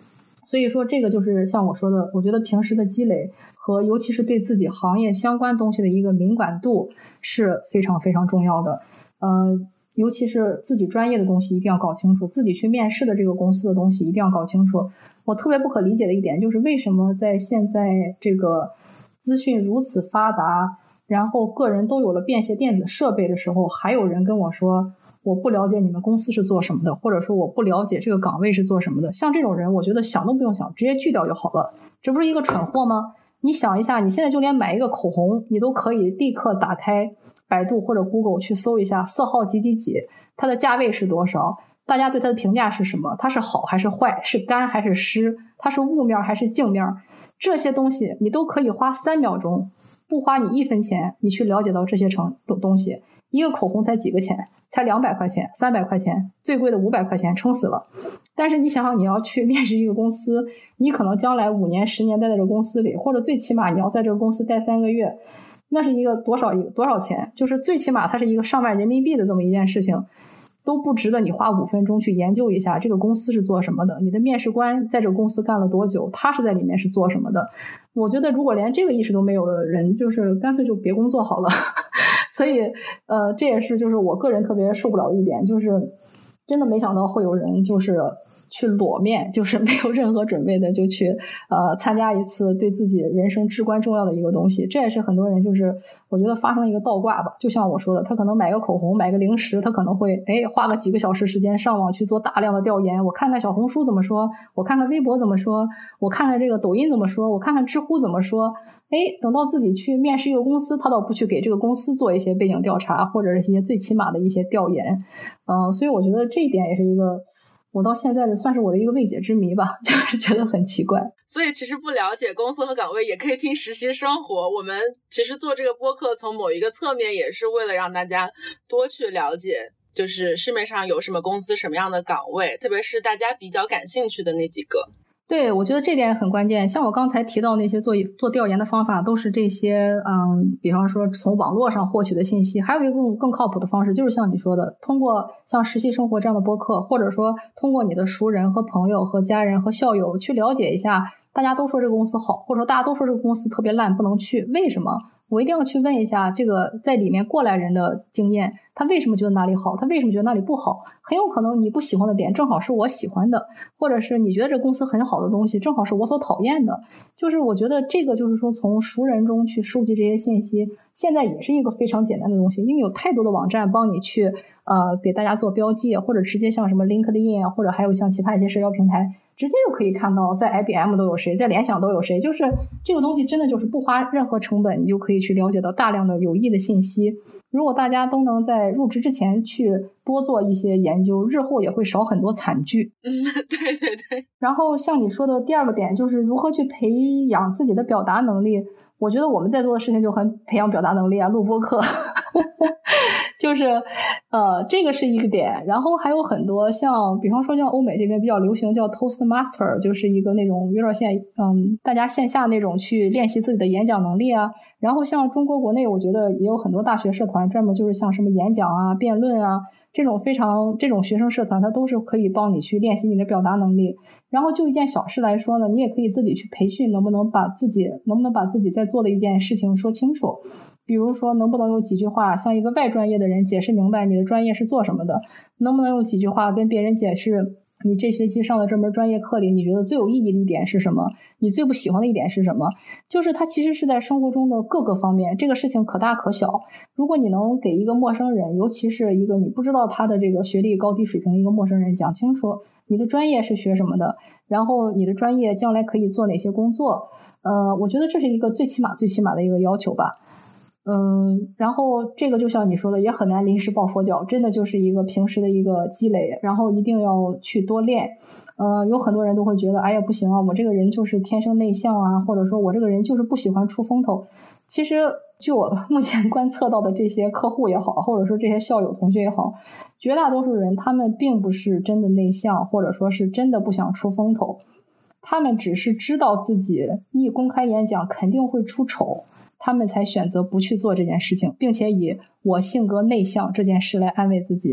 所以说这个就是像我说的，我觉得平时的积累和尤其是对自己行业相关东西的一个敏感度是非常非常重要的。呃，尤其是自己专业的东西一定要搞清楚，自己去面试的这个公司的东西一定要搞清楚。我特别不可理解的一点就是为什么在现在这个资讯如此发达，然后个人都有了便携电子设备的时候，还有人跟我说我不了解你们公司是做什么的，或者说我不了解这个岗位是做什么的。像这种人我觉得想都不用想，直接拒掉就好了。这不是一个蠢货吗？你想一下，你现在就连买一个口红你都可以立刻打开百度或者 Google 去搜一下色号几几几，它的价位是多少，大家对它的评价是什么，它是好还是坏，是干还是湿，它是雾面还是镜面，这些东西你都可以花三秒钟，不花你一分钱，你去了解到这些成东西。一个口红才几个钱，才两百块钱三百块钱，最贵的五百块钱，撑死了。但是你想想，你要去面试一个公司，你可能将来五年十年待在这个公司里，或者最起码你要在这个公司待三个月，那是一个多少一个多少钱，就是最起码它是一个上万人民币的这么一件事情，都不值得你花五分钟去研究一下这个公司是做什么的，你的面试官在这个公司干了多久，他是在里面是做什么的。我觉得如果连这个意识都没有的人，就是干脆就别工作好了。所以呃，这也是就是我个人特别受不了的一点，就是真的没想到会有人就是去裸面，就是没有任何准备的就去呃参加一次对自己人生至关重要的一个东西。这也是很多人就是我觉得发生一个倒挂吧，就像我说的，他可能买个口红买个零食，他可能会哎花个几个小时时间上网去做大量的调研，我看看小红书怎么说，我看看微博怎么说，我看看这个抖音怎么说，我看看知乎怎么说。哎，等到自己去面试一个公司，他倒不去给这个公司做一些背景调查，或者是一些最起码的一些调研。嗯、呃，所以我觉得这一点也是一个我到现在的算是我的一个未解之谜吧，就是觉得很奇怪。 所以其实不了解公司和岗位也可以听实习生活。我们其实做这个播客从某一个侧面也是为了让大家多去了解，就是市面上有什么公司什么样的岗位，特别是大家比较感兴趣的那几个。 对，我觉得这点很关键。像我刚才提到那些做做调研的方法，都是这些嗯，比方说从网络上获取的信息。还有一个更更靠谱的方式，就是像你说的，通过像实习生活这样的播客，或者说通过你的熟人和朋友和家人和校友去了解一下，大家都说这个公司好，或者说大家都说这个公司特别烂不能去，为什么？我一定要去问一下这个在里面过来人的经验，他为什么觉得哪里好，他为什么觉得哪里不好。很有可能你不喜欢的点正好是我喜欢的，或者是你觉得这公司很好的东西正好是我所讨厌的。就是我觉得这个就是说从熟人中去收集这些信息，现在也是一个非常简单的东西，因为有太多的网站帮你去呃给大家做标记，或者直接像什么 LinkedIn 啊，或者还有像其他一些社交平台直接就可以看到在 I B M 都有谁，在联想都有谁。就是这个东西真的就是不花任何成本，你就可以去了解到大量的有益的信息。如果大家都能在入职之前去多做一些研究，日后也会少很多惨剧。 嗯，对对对。 然后像你说的第二个点，就是如何去培养自己的表达能力。我觉得我们在做的事情就很培养表达能力啊，录播课就是呃，这个是一个点。然后还有很多像比方说像欧美这边比较流行叫 Toastmaster， 就是一个那种有点像嗯，大家线下那种去练习自己的演讲能力啊。然后像中国国内我觉得也有很多大学社团专门就是像什么演讲啊辩论啊这种非常这种学生社团，它都是可以帮你去练习你的表达能力。然后就一件小事来说呢，你也可以自己去培训，能不能把自己能不能把自己在做的一件事情说清楚。比如说能不能有几句话向一个外专业的人解释明白你的专业是做什么的，能不能有几句话跟别人解释你这学期上的这门专业课里你觉得最有意义的一点是什么，你最不喜欢的一点是什么。就是它其实是在生活中的各个方面，这个事情可大可小。如果你能给一个陌生人，尤其是一个你不知道他的这个学历高低水平的一个陌生人讲清楚你的专业是学什么的，然后你的专业将来可以做哪些工作，呃，我觉得这是一个最起码最起码的一个要求吧。嗯，然后这个就像你说的也很难临时抱佛脚，真的就是一个平时的一个积累，然后一定要去多练。呃，有很多人都会觉得哎呀不行啊，我这个人就是天生内向啊，或者说我这个人就是不喜欢出风头。其实据我目前观测到的这些客户也好，或者说这些校友同学也好，绝大多数人他们并不是真的内向，或者说是真的不想出风头，他们只是知道自己一公开演讲肯定会出丑，他们才选择不去做这件事情，并且以我性格内向这件事来安慰自己。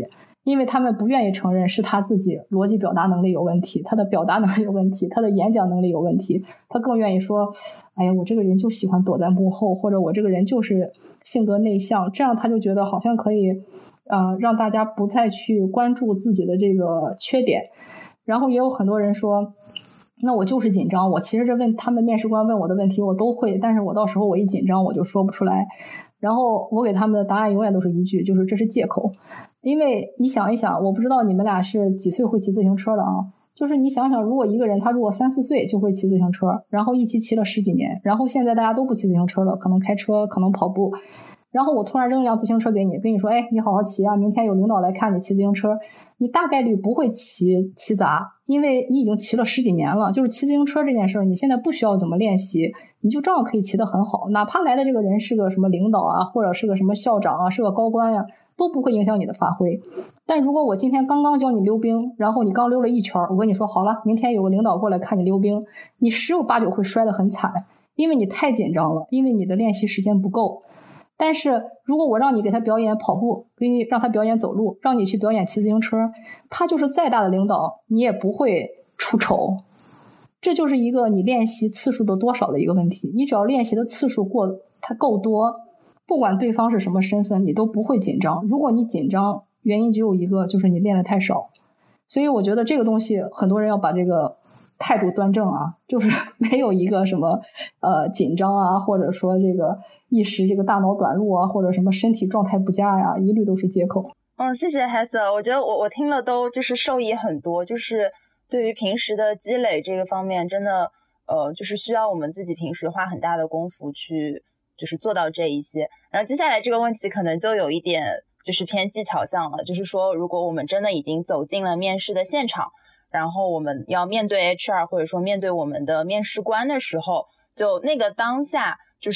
因为他们不愿意承认是他自己逻辑表达能力有问题，他的表达能力有问题，他的演讲能力有问题，他更愿意说，哎呀，我这个人就喜欢躲在幕后，或者我这个人就是性格内向，这样他就觉得好像可以呃，让大家不再去关注自己的这个缺点。然后也有很多人说，那我就是紧张，我其实这问他们面试官问我的问题我都会，但是我到时候我一紧张我就说不出来，然后我给他们的答案永远都是一句，就是这是借口。因为你想一想，我不知道你们俩是几岁会骑自行车的啊，就是你想想，如果一个人他如果三四岁就会骑自行车，然后一骑骑了十几年，然后现在大家都不骑自行车了，可能开车可能跑步，然后我突然扔一辆自行车给你，跟你说，哎，你好好骑啊，明天有领导来看你骑自行车，你大概率不会骑骑砸，因为你已经骑了十几年了。就是骑自行车这件事儿，你现在不需要怎么练习，你就照样可以骑得很好，哪怕来的这个人是个什么领导啊，或者是个什么校长啊，是个高官呀、啊，都不会影响你的发挥。但如果我今天刚刚教你溜冰，然后你刚溜了一圈，我跟你说好了，明天有个领导过来看你溜冰，你十有八九会摔得很惨，因为你太紧张了，因为你的练习时间不够。但是如果我让你给他表演跑步，给你让他表演走路，让你去表演骑自行车，他就是再大的领导你也不会出丑。这就是一个你练习次数的多少的一个问题，你只要练习的次数过它够多，不管对方是什么身份，你都不会紧张。如果你紧张，原因只有一个，就是你练得太少。所以我觉得这个东西很多人要把这个态度端正啊，就是没有一个什么呃紧张啊，或者说这个一时这个大脑短路啊，或者什么身体状态不佳呀，一律都是借口。 嗯，谢谢 Heather， 我觉得我我听了都就是受益很多，就是对于平时的积累这个方面，真的呃就是需要我们自己平时花很大的功夫去就是做到这一些。然后接下来这个问题可能就有一点就是偏技巧项了，就是说如果我们真的已经走进了面试的现场，然后我们要面对 H R 或者说面对我们的面试官的时候，就那个当下就是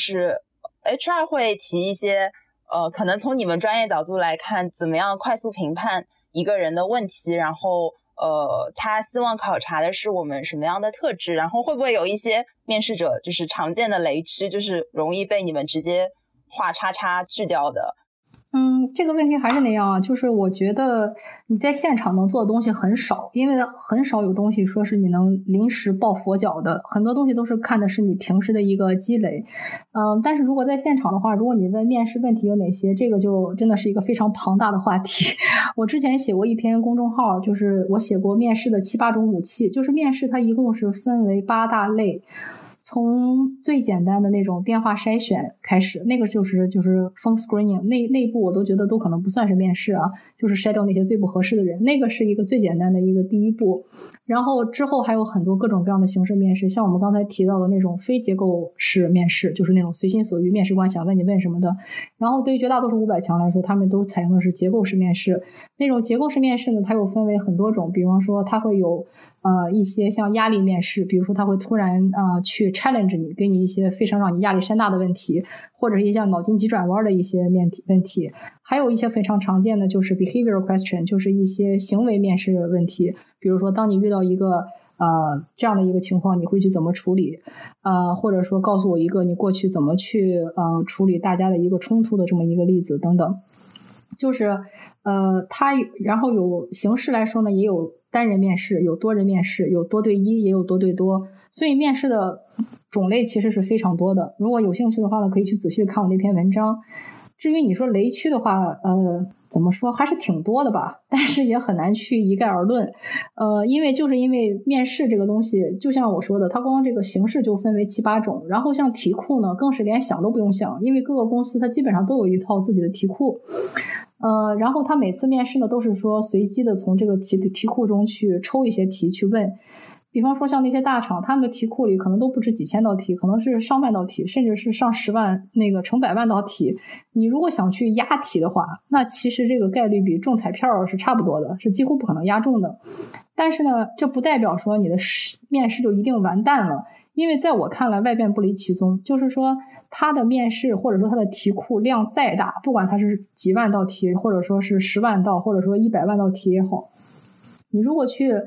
H R 会提一些呃，可能从你们专业角度来看，怎么样快速评判一个人的问题，然后呃，他希望考察的是我们什么样的特质，然后会不会有一些面试者就是常见的雷区，就是容易被你们直接画叉叉拒掉的？ 嗯，这个问题还是那样啊，就是我觉得你在现场能做的东西很少，因为很少有东西说是你能临时抱佛脚的，很多东西都是看的是你平时的一个积累。嗯，但是如果在现场的话，如果你问面试问题有哪些，这个就真的是一个非常庞大的话题。我之前写过一篇公众号，就是我写过面试的七八种武器，就是面试它一共是分为八大类。从最简单的那种电话筛选开始，那个就是就是 phone screening， 那那一步我都觉得都可能不算是面试啊，就是筛掉那些最不合适的人，那个是一个最简单的一个第一步。然后之后还有很多各种各样的形式面试，像我们刚才提到的那种非结构式面试，就是那种随心所欲，面试官想问你问什么的。然后对于绝大多数五百强来说，他们都采用的是结构式面试。那种结构式面试呢，它又分为很多种，比方说它会有呃一些像压力面试，比如说他会突然啊、呃、去 challenge 你，给你一些非常让你压力山大的问题，或者一些像脑筋急转弯的一些面题问题。还有一些非常常见的就是 behavioral question， 就是一些行为面试问题，比如说当你遇到一个呃这样的一个情况，你会去怎么处理，呃或者说告诉我一个你过去怎么去呃处理大家的一个冲突的这么一个例子等等。就是呃它然后有形式来说呢，也有单人面试，有多人面试，有多对一，也有多对多，所以面试的种类其实是非常多的。如果有兴趣的话呢，可以去仔细的看我那篇文章。至于你说雷区的话，呃，怎么说还是挺多的吧，但是也很难去一概而论。呃，因为就是因为面试这个东西，就像我说的，它光这个形式就分为七八种，然后像题库呢，更是连想都不用想，因为各个公司它基本上都有一套自己的题库。呃，然后他每次面试呢，都是说随机的从这个题题库中去抽一些题去问。比方说像那些大厂，他们的题库里可能都不止几千道题，可能是上万道题，甚至是上十万那个成百万道题。你如果想去押题的话，那其实这个概率比中彩票是差不多的，是几乎不可能押中的。但是呢，这不代表说你的面试就一定完蛋了，因为在我看来外变不离其宗，就是说他的面试或者说他的题库量再大，不管他是几万道题，或者说是十万道，或者说一百万道题也好，你如果去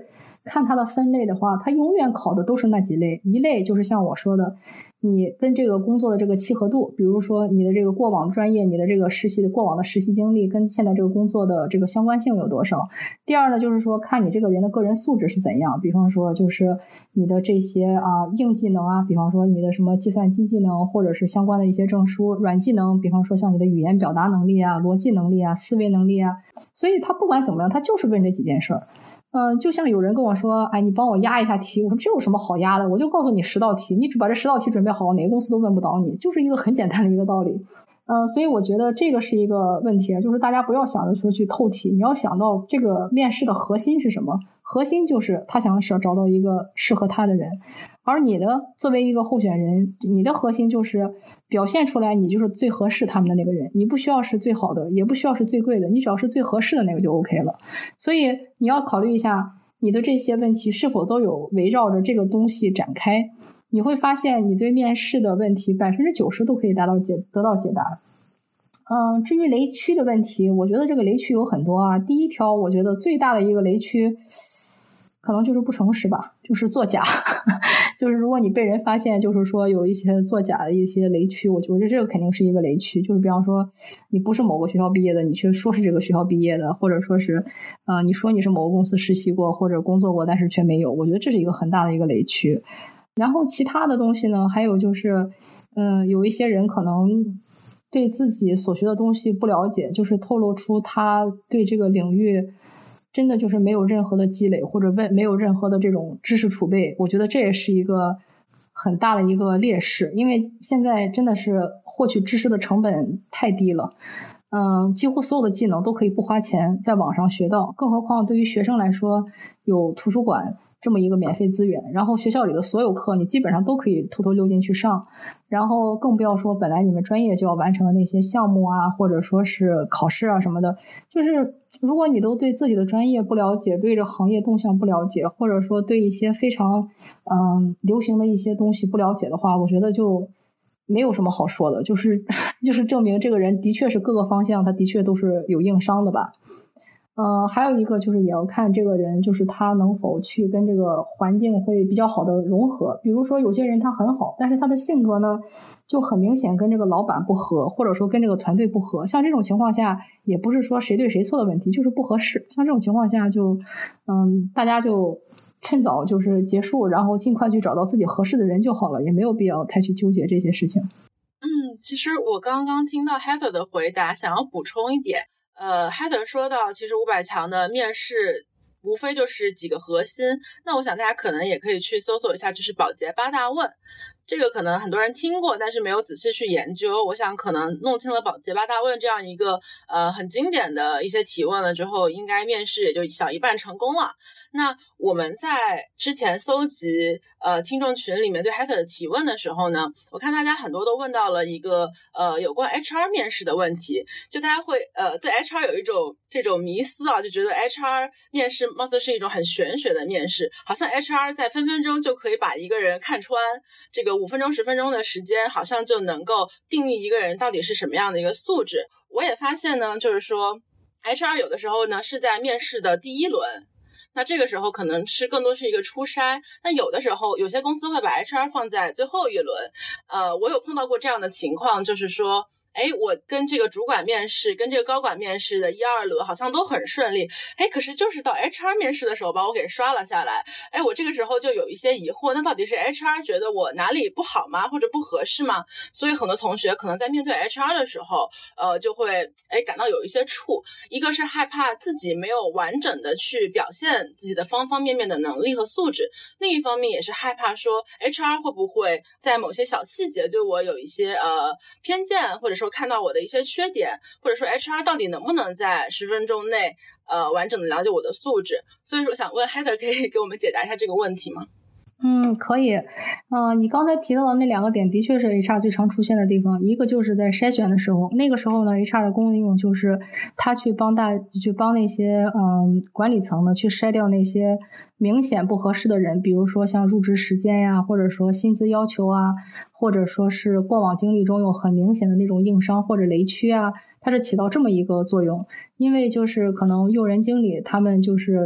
看它的分类的话，它永远考的都是那几类，一类就是像我说的，你跟这个工作的这个契合度，比如说你的这个过往专业，你的这个实习的过往的实习经历跟现在这个工作的这个相关性有多少。第二呢，就是说看你这个人的个人素质是怎样，比方说就是你的这些啊硬技能啊，比方说你的什么计算机技能或者是相关的一些证书，软技能，比方说像你的语言表达能力啊、逻辑能力啊、思维能力啊。所以他不管怎么样，他就是问这几件事儿。嗯，就像有人跟我说，哎，你帮我压一下题，我说这有什么好压的？我就告诉你十道题，你只把这十道题准备好，哪个公司都问不倒你，就是一个很简单的一个道理。嗯，所以我觉得这个是一个问题，就是大家不要想着说去透题，你要想到这个面试的核心是什么？核心就是他想找到一个适合他的人，而你的作为一个候选人，你的核心就是表现出来你就是最合适他们的那个人，你不需要是最好的，也不需要是最贵的，你只要是最合适的那个就 OK 了。所以你要考虑一下你的这些问题是否都有围绕着这个东西展开，你会发现你对面试的问题 百分之九十 都可以达到解得到解答。嗯，至于雷区的问题，我觉得这个雷区有很多啊。第一条，我觉得最大的一个雷区，可能就是不诚实吧，就是作假。就是如果你被人发现，就是说有一些作假的一些雷区，我觉得这个肯定是一个雷区。就是比方说，你不是某个学校毕业的，你却说是这个学校毕业的，或者说是，呃，你说你是某个公司实习过或者工作过，但是却没有，我觉得这是一个很大的一个雷区。然后其他的东西呢，还有就是，嗯、呃，有一些人可能对自己所学的东西不了解，就是透露出他对这个领域真的就是没有任何的积累，或者没有任何的这种知识储备。我觉得这也是一个很大的一个劣势，因为现在真的是获取知识的成本太低了。嗯，几乎所有的技能都可以不花钱在网上学到，更何况对于学生来说，有图书馆这么一个免费资源，然后学校里的所有课你基本上都可以偷偷溜进去上，然后更不要说本来你们专业就要完成的那些项目啊，或者说是考试啊什么的。就是如果你都对自己的专业不了解，对这行业动向不了解，或者说对一些非常嗯流行的一些东西不了解的话，我觉得就没有什么好说的，就是就是证明这个人的确是各个方向他的确都是有硬伤的吧。呃，还有一个就是也要看这个人，就是他能否去跟这个环境会比较好的融合。比如说有些人他很好，但是他的性格呢就很明显跟这个老板不合，或者说跟这个团队不合。像这种情况下，也不是说谁对谁错的问题，就是不合适。像这种情况下就，嗯，大家就趁早就是结束，然后尽快去找到自己合适的人就好了，也没有必要太去纠结这些事情。 嗯，其实我刚刚听到 Heather 的回答，想要补充一点。呃 Heather 说到其实五百强的面试无非就是几个核心，那我想大家可能也可以去搜索一下，就是保洁八大问。这个可能很多人听过，但是没有仔细去研究。我想可能弄清了保洁八大问这样一个呃很经典的一些提问了之后，应该面试也就小一半成功了。那我们在之前搜集呃听众群里面对 Heather 的提问的时候呢，我看大家很多都问到了一个呃有关 H R 面试的问题，就大家会呃对 H R 有一种这种迷思啊，就觉得 H R 面试貌似是一种很玄学的面试，好像 H R 在分分钟就可以把一个人看穿，这个五分钟十分钟的时间好像就能够定义一个人到底是什么样的一个素质。我也发现呢，就是说 H R 有的时候呢是在面试的第一轮，那这个时候可能是更多是一个初筛，那有的时候有些公司会把 H R 放在最后一轮。呃，我有碰到过这样的情况，就是说哎，我跟这个主管面试跟这个高管面试的一二轮好像都很顺利，哎，可是就是到 H R 面试的时候把我给刷了下来。哎，我这个时候就有一些疑惑，那到底是 H R 觉得我哪里不好吗，或者不合适吗？所以很多同学可能在面对 H R 的时候呃，就会哎感到有一些怵，一个是害怕自己没有完整的去表现自己的方方面面的能力和素质，另一方面也是害怕说 H R 会不会在某些小细节对我有一些呃偏见，或者说看到我的一些缺点，或者说 H R 到底能不能在十分钟内呃完整的了解我的素质。所以说想问 Heather 可以给我们解答一下这个问题吗？ 嗯，可以。嗯、呃，你刚才提到的那两个点的确是 H R 最常出现的地方，一个就是在筛选的时候，那个时候呢 H R 的功用就是他去帮大去帮那些嗯管理层呢去筛掉那些明显不合适的人，比如说像入职时间呀，或者说薪资要求啊，或者说是过往经历中有很明显的那种硬伤或者雷区啊，它是起到这么一个作用。因为就是可能用人经理他们就是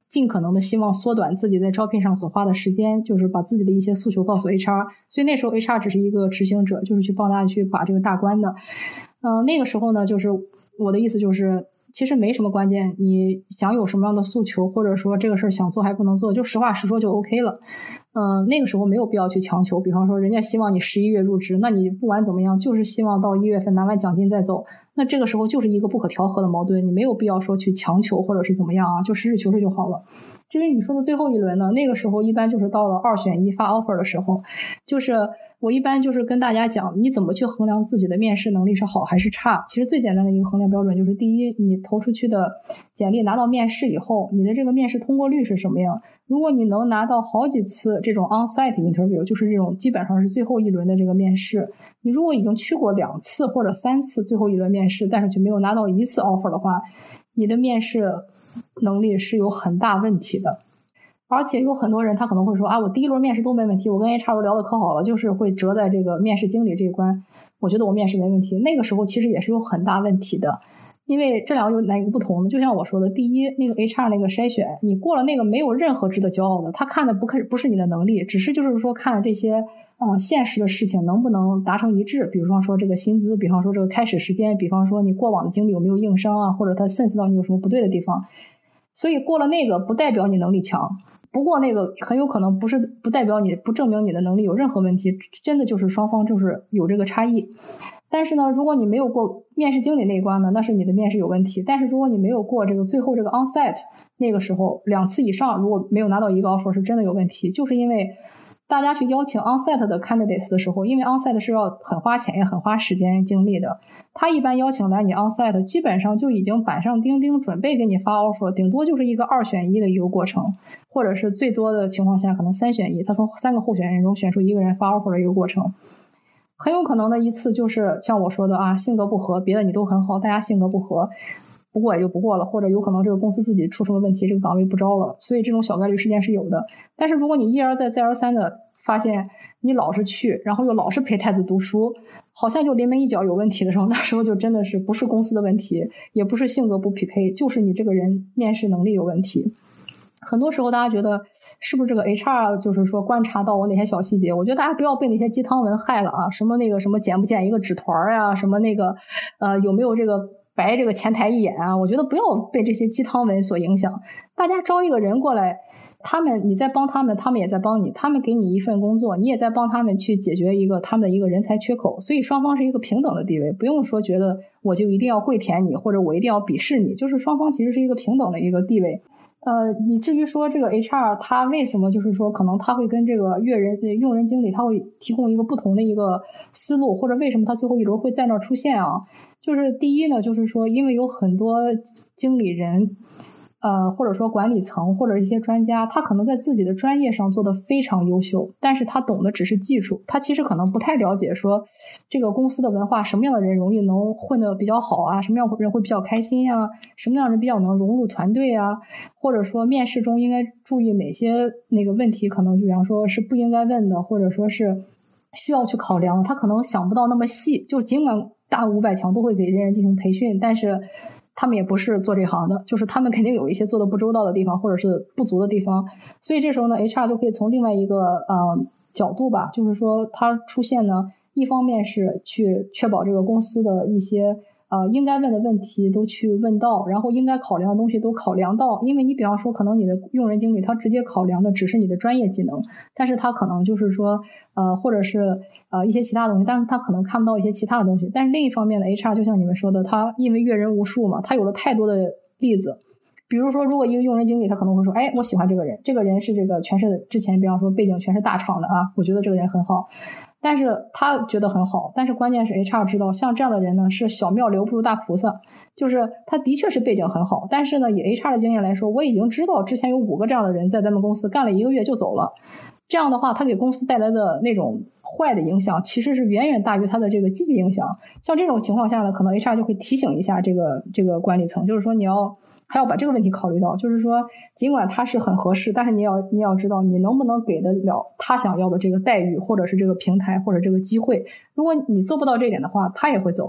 尽可能的希望缩短自己在招聘上所花的时间，就是把自己的一些诉求告诉 H R， 所以那时候 H R 只是一个执行者，就是去帮大家去把这个大关的。嗯、呃，那个时候呢，就是我的意思就是，其实没什么关键，你想有什么样的诉求，或者说这个事儿想做还不能做，就实话实说就 OK 了。嗯、呃，那个时候没有必要去强求，比方说人家希望你十一月入职，那你不管怎么样，就是希望到一月份拿完奖金再走。那这个时候就是一个不可调和的矛盾，你没有必要说去强求或者是怎么样啊，就实事求是就好了。至于你说的最后一轮呢，那个时候一般就是到了二选一发 offer 的时候，就是我一般就是跟大家讲，你怎么去衡量自己的面试能力是好还是差。其实最简单的一个衡量标准就是，第一，你投出去的简历拿到面试以后，你的这个面试通过率是什么样。如果你能拿到好几次这种 on-site interview， 就是这种基本上是最后一轮的这个面试，你如果已经去过两次或者三次最后一轮面试，但是却没有拿到一次 offer 的话，你的面试能力是有很大问题的。而且有很多人他可能会说啊，我第一轮面试都没问题，我跟 H R 都聊得可好了，就是会折在这个面试经理这一关，我觉得我面试没问题。那个时候其实也是有很大问题的。因为这两个有哪个不同呢？就像我说的，第一，那个 H R 那个筛选，你过了那个没有任何值得骄傲的，他看的不看不是你的能力，只是就是说看了这些呃现实的事情能不能达成一致，比方说这个薪资，比方说这个开始时间，比方说你过往的经历有没有硬伤啊，或者他 sense 到你有什么不对的地方。所以过了那个不代表你能力强，不过那个很有可能不是不代表你不证明你的能力有任何问题，真的就是双方就是有这个差异。但是呢，如果你没有过面试经理那一关呢，那是你的面试有问题。但是如果你没有过这个最后这个 on-site， 那个时候两次以上如果没有拿到一个 offer 是真的有问题。就是因为大家去邀请 on-site 的 candidates 的时候，因为 on-site 是要很花钱也很花时间精力的，他一般邀请来你 on-site 基本上就已经板上钉钉准备给你发 offer， 顶多就是一个二选一的一个过程，或者是最多的情况下可能三选一，他从三个候选人中选出一个人发 offer 的一个过程。很有可能的一次就是像我说的啊，性格不合，别的你都很好，大家性格不合，不过也就不过了，或者有可能这个公司自己出什么问题，这个岗位不招了，所以这种小概率事件是有的。但是如果你一而再再而三的发现你老是去，然后又老是陪太子读书，好像就临门一脚有问题的时候，那时候就真的是不是公司的问题，也不是性格不匹配，就是你这个人面试能力有问题。很多时候大家觉得是不是这个 H R 就是说观察到我哪些小细节，我觉得大家不要被那些鸡汤文害了啊，什么那个什么剪不剪一个纸团啊，什么那个呃有没有这个白这个前台一眼啊，我觉得不要被这些鸡汤文所影响。大家招一个人过来，他们你在帮他们，他们也在帮你，他们给你一份工作，你也在帮他们去解决一个他们的一个人才缺口，所以双方是一个平等的地位，不用说觉得我就一定要跪舔你，或者我一定要鄙视你，就是双方其实是一个平等的一个地位。呃，你至于说这个 H R 他为什么就是说可能他会跟这个阅人用人经理他会提供一个不同的一个思路，或者为什么他最后一轮会在那儿出现啊？就是第一呢，就是说因为有很多经理人呃，或者说管理层或者一些专家，他可能在自己的专业上做得非常优秀，但是他懂的只是技术，他其实可能不太了解说这个公司的文化，什么样的人容易能混得比较好啊，什么样的人会比较开心啊，什么样的人比较能融入团队啊，或者说面试中应该注意哪些那个问题，可能就比方说是不应该问的，或者说是需要去考量，他可能想不到那么细，就尽管大五百强都会给人人进行培训，但是他们也不是做这行的，就是他们肯定有一些做的不周到的地方，或者是不足的地方，所以这时候呢 H R 就可以从另外一个呃角度吧，就是说它出现呢，一方面是去确保这个公司的一些呃应该问的问题都去问到，然后应该考量的东西都考量到，因为你比方说可能你的用人经理他直接考量的只是你的专业技能，但是他可能就是说呃或者是呃一些其他东西，但是他可能看不到一些其他的东西。但是另一方面呢 H R 就像你们说的，他因为阅人无数嘛，他有了太多的例子，比如说如果一个用人经理他可能会说，哎，我喜欢这个人，这个人是这个全是之前比方说背景全是大厂的啊，我觉得这个人很好，但是他觉得很好，但是关键是 H R 知道像这样的人呢是小庙留不住大菩萨，就是他的确是背景很好，但是呢以 H R 的经验来说，我已经知道之前有五个这样的人在咱们公司干了一个月就走了，这样的话他给公司带来的那种坏的影响其实是远远大于他的这个积极影响。像这种情况下呢，可能 H R 就会提醒一下这个这个管理层，就是说你要还要把这个问题考虑到，就是说尽管他是很合适，但是你要你要知道你能不能给得了他想要的这个待遇，或者是这个平台或者这个机会，如果你做不到这点的话他也会走。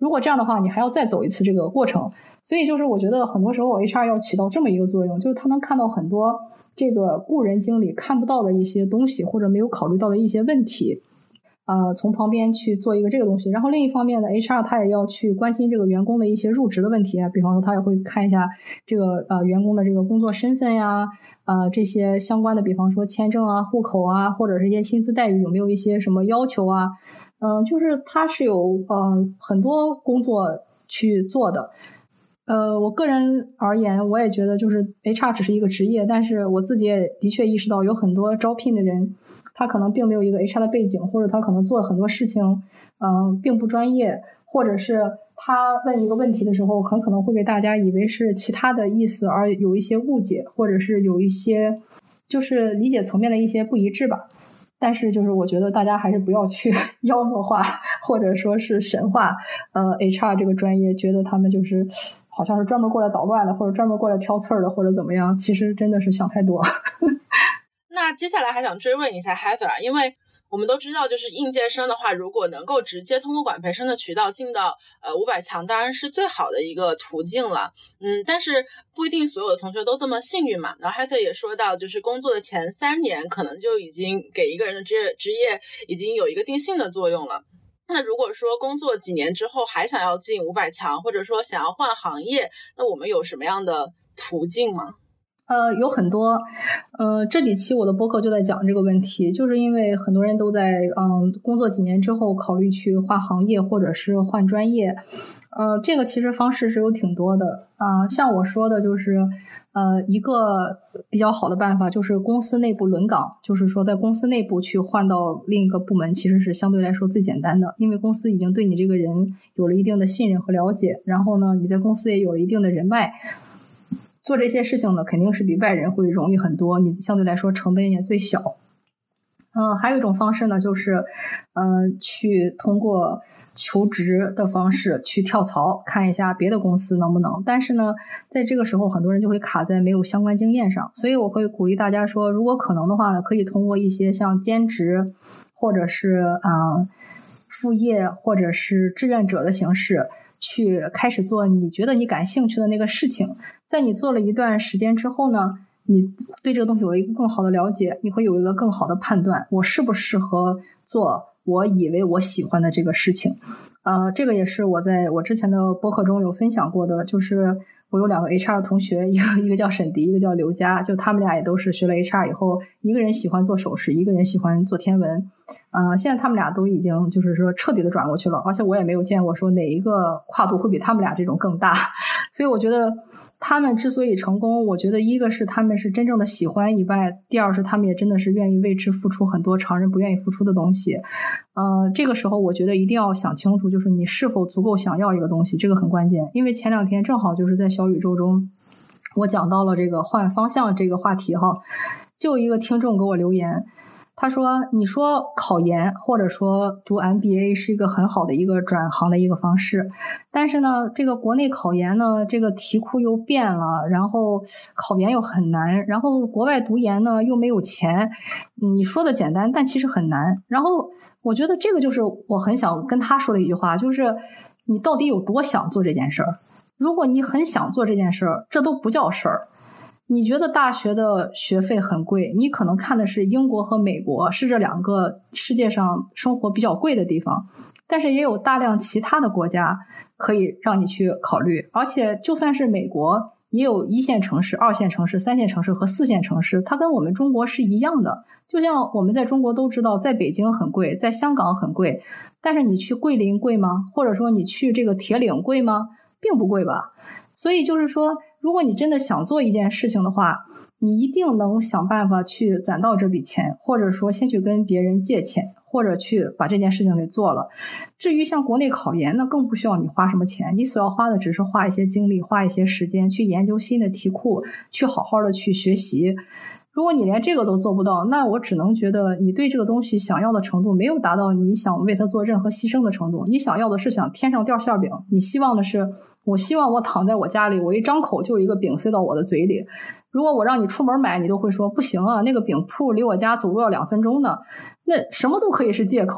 如果这样的话，你还要再走一次这个过程。所以就是我觉得很多时候 H R 要起到这么一个作用，就是他能看到很多这个雇人经理看不到的一些东西，或者没有考虑到的一些问题，呃，从旁边去做一个这个东西。然后另一方面呢 H R 他也要去关心这个员工的一些入职的问题啊，比方说他也会看一下这个呃员工的这个工作身份呀，呃这些相关的，比方说签证啊、户口啊，或者是一些薪资待遇有没有一些什么要求啊，嗯、呃，就是他是有呃很多工作去做的。呃，我个人而言，我也觉得就是 H R 只是一个职业，但是我自己也的确意识到，有很多招聘的人，他可能并没有一个 H R 的背景，或者他可能做很多事情，嗯、呃，并不专业，或者是他问一个问题的时候，很可能会被大家以为是其他的意思，而有一些误解，或者是有一些就是理解层面的一些不一致吧。但是就是我觉得大家还是不要去妖魔化或者说是神化呃 H R 这个专业，觉得他们就是好像是专门过来捣乱的，或者专门过来挑刺儿的，或者怎么样，其实真的是想太多。 那接下来还想追问一下 Heather， 因为我们都知道，就是应届生的话，如果能够直接通过管培生的渠道进到呃五百强，当然是最好的一个途径了。嗯，但是不一定所有的同学都这么幸运嘛。然后 Heather 也说到，就是工作的前三年可能就已经给一个人的职业职业已经有一个定性的作用了。那如果说工作几年之后还想要进五百强，或者说想要换行业，那我们有什么样的途径吗？ 呃，有很多，呃，这几期我的播客就在讲这个问题，就是因为很多人都在嗯工作几年之后考虑去换行业或者是换专业，呃，这个其实方式是有挺多的啊、呃，像我说的就是呃一个比较好的办法就是公司内部轮岗，就是说在公司内部去换到另一个部门，其实是相对来说最简单的，因为公司已经对你这个人有了一定的信任和了解，然后呢，你在公司也有了一定的人脉。做这些事情呢，肯定是比外人会容易很多，你相对来说成本也最小。嗯、呃，还有一种方式呢，就是呃，去通过求职的方式去跳槽，看一下别的公司能不能。但是呢，在这个时候，很多人就会卡在没有相关经验上，所以我会鼓励大家说，如果可能的话呢，可以通过一些像兼职，或者是啊、呃、副业，或者是志愿者的形式。去开始做你觉得你感兴趣的那个事情，在你做了一段时间之后呢，你对这个东西有了一个更好的了解，你会有一个更好的判断，我适不适合做我以为我喜欢的这个事情。呃，这个也是我在我之前的播客中有分享过的，就是我有两个 H R 同学，一个一个叫沈迪，一个叫刘佳，就他们俩也都是学了 H R 以后，一个人喜欢做首饰，一个人喜欢做天文。呃，现在他们俩都已经就是说彻底的转过去了，而且我也没有见过说哪一个跨度会比他们俩这种更大，所以我觉得他们之所以成功，我觉得一个是他们是真正的喜欢以外，第二是他们也真的是愿意为之付出很多常人不愿意付出的东西。呃，这个时候我觉得一定要想清楚，就是你是否足够想要一个东西，这个很关键。因为前两天正好就是在小宇宙中，我讲到了这个换方向这个话题哈，就一个听众给我留言。他说你说考研或者说读 M B A 是一个很好的一个转行的一个方式，但是呢这个国内考研呢这个题库又变了，然后考研又很难，然后国外读研呢又没有钱，你说的简单但其实很难。然后我觉得这个就是我很想跟他说的一句话，就是你到底有多想做这件事儿。如果你很想做这件事儿，这都不叫事儿。你觉得大学的学费很贵，你可能看的是英国和美国，是这两个世界上生活比较贵的地方，但是也有大量其他的国家可以让你去考虑。而且就算是美国，也有一线城市、二线城市、三线城市和四线城市，它跟我们中国是一样的。就像我们在中国都知道，在北京很贵，在香港很贵，但是你去桂林贵吗？或者说你去这个铁岭贵吗？并不贵吧。所以就是说，如果你真的想做一件事情的话，你一定能想办法去攒到这笔钱，或者说先去跟别人借钱，或者去把这件事情给做了。至于像国内考研，那更不需要你花什么钱，你所要花的只是花一些精力，花一些时间去研究新的题库，去好好的去学习。如果你连这个都做不到，那我只能觉得你对这个东西想要的程度没有达到你想为它做任何牺牲的程度。你想要的是想天上掉馅饼，你希望的是我希望我躺在我家里，我一张口就有一个饼塞到我的嘴里。如果我让你出门买，你都会说不行啊，那个饼铺离我家走路要两分钟呢。那什么都可以是借口，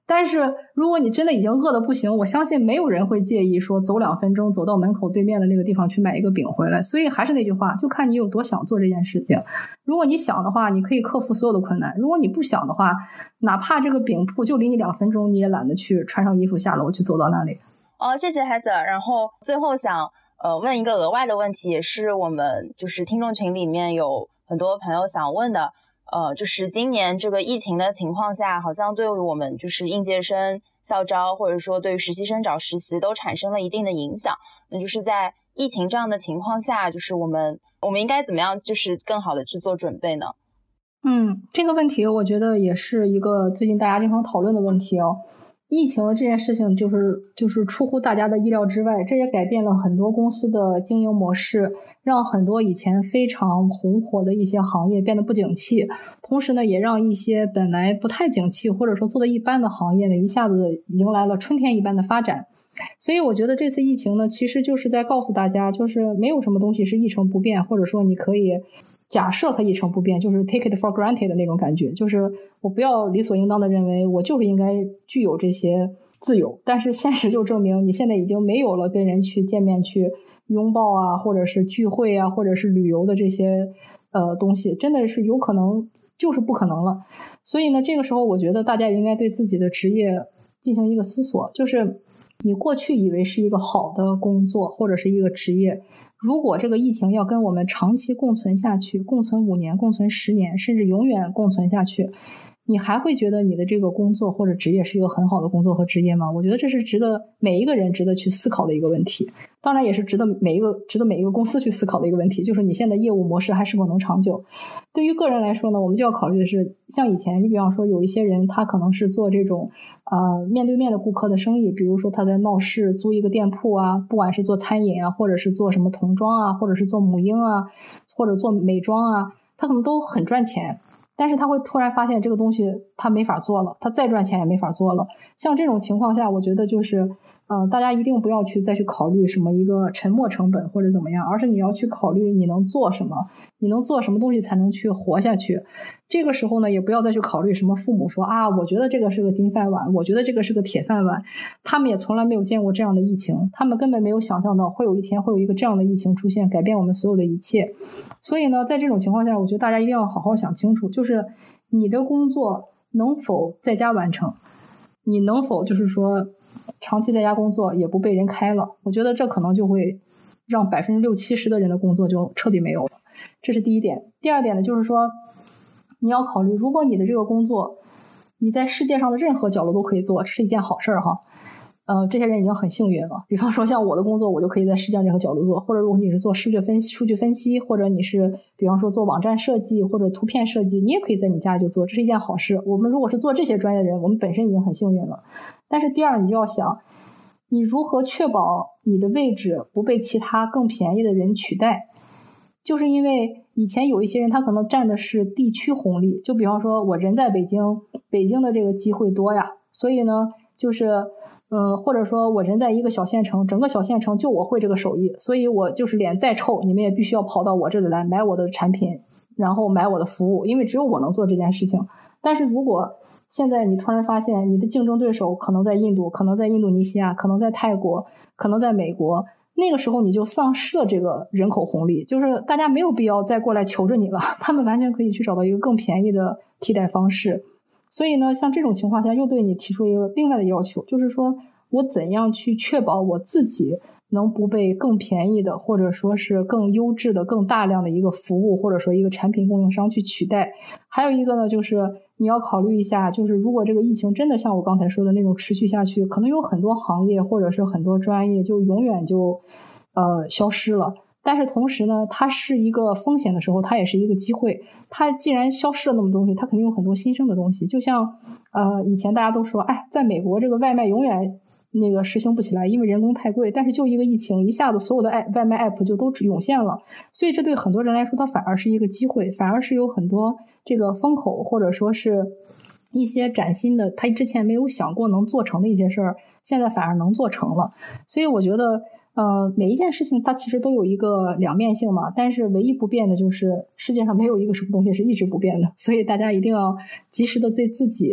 但是如果你真的已经饿得不行，我相信没有人会介意说走两分钟走到门口对面的那个地方去买一个饼回来。所以还是那句话，就看你有多想做这件事情。如果你想的话，你可以克服所有的困难；如果你不想的话，哪怕这个饼铺就离你两分钟，你也懒得去穿上衣服下楼去走到那里。 哦，谢谢孩子。然后最后想呃问一个额外的问题，也是我们就是听众群里面有很多朋友想问的。呃，就是今年这个疫情的情况下，好像对于我们就是应届生校招，或者说对于实习生找实习都产生了一定的影响。那就是在疫情这样的情况下，就是我们我们应该怎么样，就是更好的去做准备呢？ 嗯，这个问题我觉得也是一个最近大家经常讨论的问题哦。疫情的这件事情就是就是出乎大家的意料之外，这也改变了很多公司的经营模式，让很多以前非常红火的一些行业变得不景气，同时呢也让一些本来不太景气或者说做的一般的行业呢一下子迎来了春天一般的发展。所以我觉得这次疫情呢其实就是在告诉大家，就是没有什么东西是一成不变，或者说你可以假设它一成不变，就是 take it for granted 的那种感觉，就是我不要理所应当的认为我就是应该具有这些自由。但是现实就证明你现在已经没有了跟人去见面去拥抱啊，或者是聚会啊，或者是旅游的这些呃东西，真的是有可能就是不可能了。所以呢这个时候我觉得大家应该对自己的职业进行一个思索，就是你过去以为是一个好的工作或者是一个职业，如果这个疫情要跟我们长期共存下去，共存五年，共存十年，甚至永远共存下去，你还会觉得你的这个工作或者职业是一个很好的工作和职业吗？我觉得这是值得每一个人值得去思考的一个问题，当然也是值得每一个值得每一个公司去思考的一个问题，就是你现在业务模式还是否能长久。对于个人来说呢，我们就要考虑的是，像以前你比方说有一些人他可能是做这种呃面对面的顾客的生意，比如说他在闹市租一个店铺啊，不管是做餐饮啊，或者是做什么童装啊，或者是做母婴啊，或者做美妆啊，他可能都很赚钱，但是他会突然发现这个东西他没法做了，他再赚钱也没法做了。像这种情况下，我觉得就是呃，大家一定不要去再去考虑什么一个沉没成本或者怎么样，而是你要去考虑你能做什么，你能做什么东西才能去活下去。这个时候呢，也不要再去考虑什么父母说啊，我觉得这个是个金饭碗，我觉得这个是个铁饭碗。他们也从来没有见过这样的疫情，他们根本没有想象到会有一天会有一个这样的疫情出现，改变我们所有的一切。所以呢，在这种情况下，我觉得大家一定要好好想清楚，就是你的工作能否在家完成，你能否就是说长期在家工作也不被人开了，我觉得这可能就会让百分之六七十的人的工作就彻底没有了。这是第一点。第二点呢，就是说你要考虑，如果你的这个工作你在世界上的任何角落都可以做，这是一件好事儿哈。呃，这些人已经很幸运了。比方说像我的工作，我就可以在世界上任何角落做，或者如果你是做数据分析、数据分析，或者你是比方说做网站设计或者图片设计，你也可以在你家里就做，这是一件好事。我们如果是做这些专业的人，我们本身已经很幸运了。但是第二，你就要想，你如何确保你的位置不被其他更便宜的人取代？就是因为以前有一些人他可能占的是地区红利，就比方说我人在北京，北京的这个机会多呀，所以呢就是嗯，或者说我人在一个小县城，整个小县城就我会这个手艺，所以我就是脸再臭你们也必须要跑到我这里来买我的产品，然后买我的服务，因为只有我能做这件事情。但是如果现在你突然发现你的竞争对手可能在印度，可能在印度尼西亚，可能在泰国，可能在美国，那个时候你就丧失了这个人口红利，就是大家没有必要再过来求着你了，他们完全可以去找到一个更便宜的替代方式。所以呢，像这种情况下又对你提出一个另外的要求，就是说我怎样去确保我自己能不被更便宜的或者说是更优质的更大量的一个服务或者说一个产品供应商去取代。还有一个呢，就是你要考虑一下，就是如果这个疫情真的像我刚才说的那种持续下去，可能有很多行业或者是很多专业就永远就呃消失了。但是同时呢，它是一个风险的时候，它也是一个机会。它既然消失了那么多东西，它肯定有很多新生的东西。就像呃以前大家都说，哎，在美国这个外卖永远那个实行不起来，因为人工太贵。但是就一个疫情，一下子所有的外卖 app 就都涌现了，所以这对很多人来说，它反而是一个机会，反而是有很多这个风口或者说是一些崭新的，他之前没有想过能做成的一些事儿，现在反而能做成了。所以我觉得呃，每一件事情它其实都有一个两面性嘛，但是唯一不变的就是世界上没有一个什么东西是一直不变的，所以大家一定要及时的对自己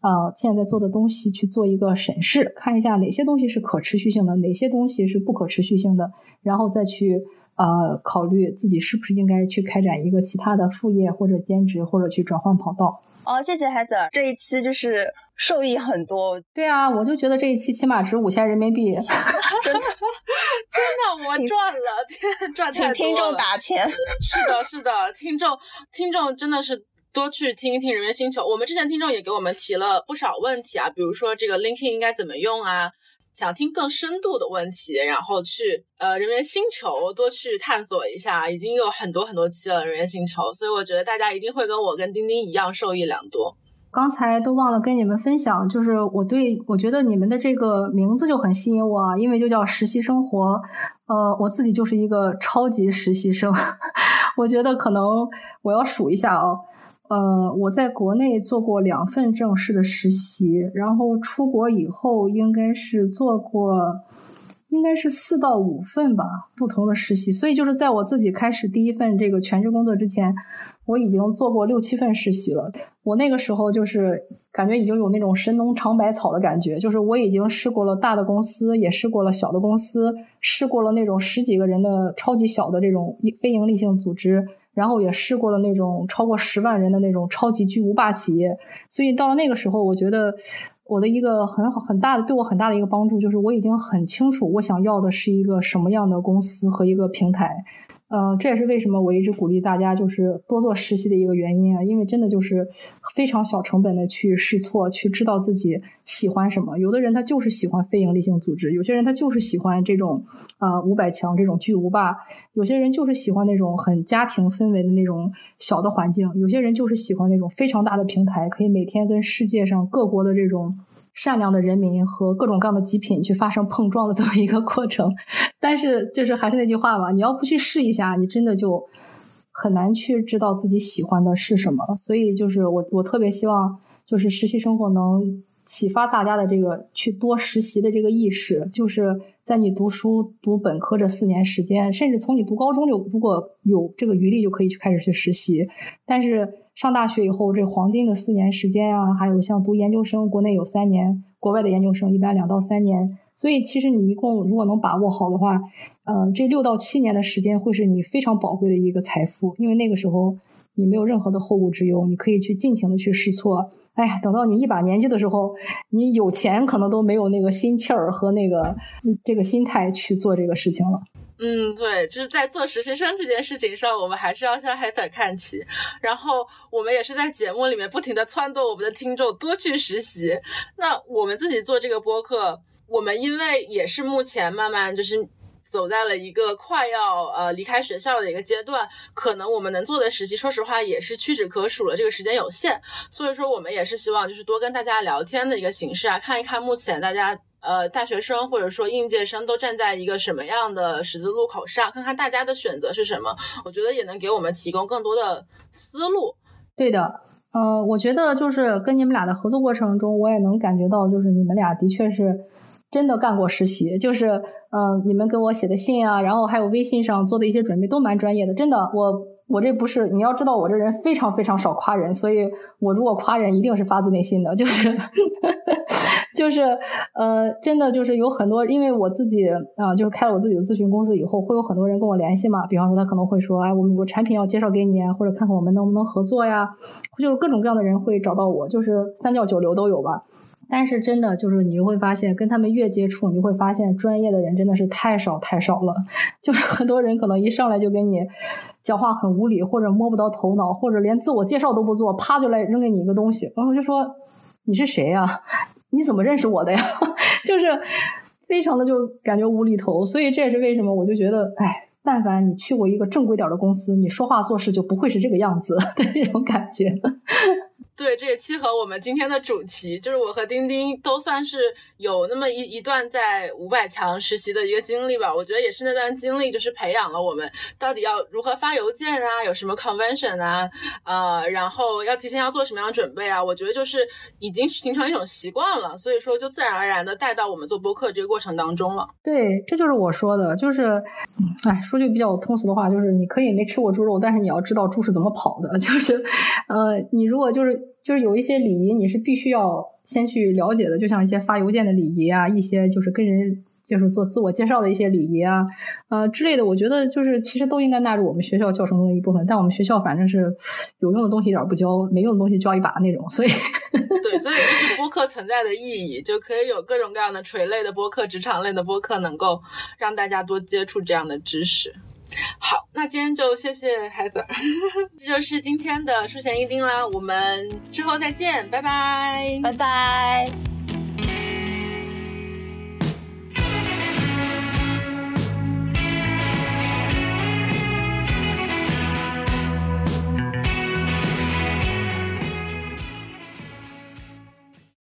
呃现在在做的东西去做一个审视，看一下哪些东西是可持续性的，哪些东西是不可持续性的，然后再去呃考虑自己是不是应该去开展一个其他的副业或者兼职，或者去转换跑道。 哦，谢谢海子，这一期就是受益很多。 对啊，我就觉得这一期起码值五千人民币。真的， 天哪，我赚了，天，赚太多了。 请听众打钱。 是的，是的，听众，听众真的是多去听一听人猿星球。我们之前听众也给我们提了不少问题啊，比如说这个 LinkedIn 应该怎么用啊，想听更深度的问题，然后去呃人猿星球多去探索一下，已经有很多很多期了人猿星球，所以我觉得大家一定会跟我跟丁丁一样受益良多。 刚才都忘了跟你们分享，就是我对我觉得你们的这个名字就很吸引我啊，因为就叫实习生活。呃，我自己就是一个超级实习生，我觉得可能我要数一下啊。呃，我在国内做过两份正式的实习，然后出国以后应该是做过应该是四到五份吧不同的实习，所以就是在我自己开始第一份这个全职工作之前，我已经做过六七份实习了。我那个时候就是感觉已经有那种神农尝百草的感觉，就是我已经试过了大的公司，也试过了小的公司，试过了那种十几个人的超级小的这种非营利性组织，然后也试过了那种超过十万人的那种超级巨无霸企业。所以到了那个时候，我觉得我的一个很好很大的对我很大的一个帮助就是我已经很清楚我想要的是一个什么样的公司和一个平台。呃，这也是为什么我一直鼓励大家就是多做实习的一个原因啊，因为真的就是非常小成本的去试错，去知道自己喜欢什么。有的人他就是喜欢非营利性组织，有些人他就是喜欢这种呃五百强这种巨无霸，有些人就是喜欢那种很家庭氛围的那种小的环境，有些人就是喜欢那种非常大的平台，可以每天跟世界上各国的这种善良的人民和各种各样的极品去发生碰撞的这么一个过程。但是就是还是那句话嘛，你要不去试一下，你真的就很难去知道自己喜欢的是什么。所以就是我我特别希望就是实习生活能启发大家的这个去多实习的这个意识，就是在你读书读本科这四年时间，甚至从你读高中就如果有这个余力就可以去开始去实习。但是上大学以后这黄金的四年时间啊，还有像读研究生，国内有三年，国外的研究生一般两到三年，所以其实你一共如果能把握好的话，呃，这六到七年的时间会是你非常宝贵的一个财富，因为那个时候你没有任何的后顾之忧，你可以去尽情的去试错。哎呀，等到你一把年纪的时候，你有钱可能都没有那个心气儿和那个这个心态去做这个事情了。 嗯，对，就是在做实习生这件事情上，我们还是要向 Heather 看齐。然后我们也是在节目里面不停的撺掇我们的听众多去实习。那我们自己做这个播客，我们因为也是目前慢慢就是走在了一个快要呃离开学校的一个阶段，可能我们能做的实习说实话也是屈指可数了，这个时间有限，所以说我们也是希望就是多跟大家聊天的一个形式啊，看一看目前大家呃大学生或者说应届生都站在一个什么样的十字路口上，看看大家的选择是什么，我觉得也能给我们提供更多的思路。 对的，呃，我觉得就是跟你们俩的合作过程中，我也能感觉到就是你们俩的确是真的干过实习，就是嗯、呃，你们给我写的信啊，然后还有微信上做的一些准备都蛮专业的，真的，我我这不是，你要知道我这人非常非常少夸人，所以我如果夸人一定是发自内心的，就是就是呃，真的就是有很多，因为我自己啊、呃，就是开了我自己的咨询公司以后，会有很多人跟我联系嘛，比方说他可能会说，哎，我们有个产品要介绍给你啊，或者看看我们能不能合作呀，就是各种各样的人会找到我，就是三教九流都有吧。但是真的就是你就会发现跟他们越接触，你就会发现专业的人真的是太少太少了，就是很多人可能一上来就给你讲话很无理，或者摸不到头脑，或者连自我介绍都不做，啪就来扔给你一个东西，然后就说你是谁呀？你怎么认识我的呀？就是非常的就感觉无厘头。所以这也是为什么我就觉得哎，但凡你去过一个正规点的公司，你说话做事就不会是这个样子的这种感觉。 对，这也契合我们今天的主题，就是我和丁丁都算是有那么一一段在五百强实习的一个经历吧。我觉得也是那段经历，就是培养了我们到底要如何发邮件啊，有什么 convention 啊，呃，然后要提前要做什么样的准备啊。我觉得就是已经形成一种习惯了，所以说就自然而然的带到我们做播客这个过程当中了。 对，这就是我说的，就是，哎，说句比较通俗的话，就是你可以没吃过猪肉，但是你要知道猪是怎么跑的。就是，呃，你如果就是。 就是有一些礼仪你是必须要先去了解的，就像一些发邮件的礼仪啊，一些就是跟人就是做自我介绍的一些礼仪啊，呃之类的，我觉得就是其实都应该纳入我们学校教程中的一部分。但我们学校反正是有用的东西一点不教，没用的东西教一把那种，所以对，所以就是播客存在的意义，就可以有各种各样的垂类的播客、职场类的播客，能够让大家多接触这样的知识。好，那今天就谢谢 Heather 这就是今天的数弦一丁啦，我们之后再见，拜拜， 拜拜。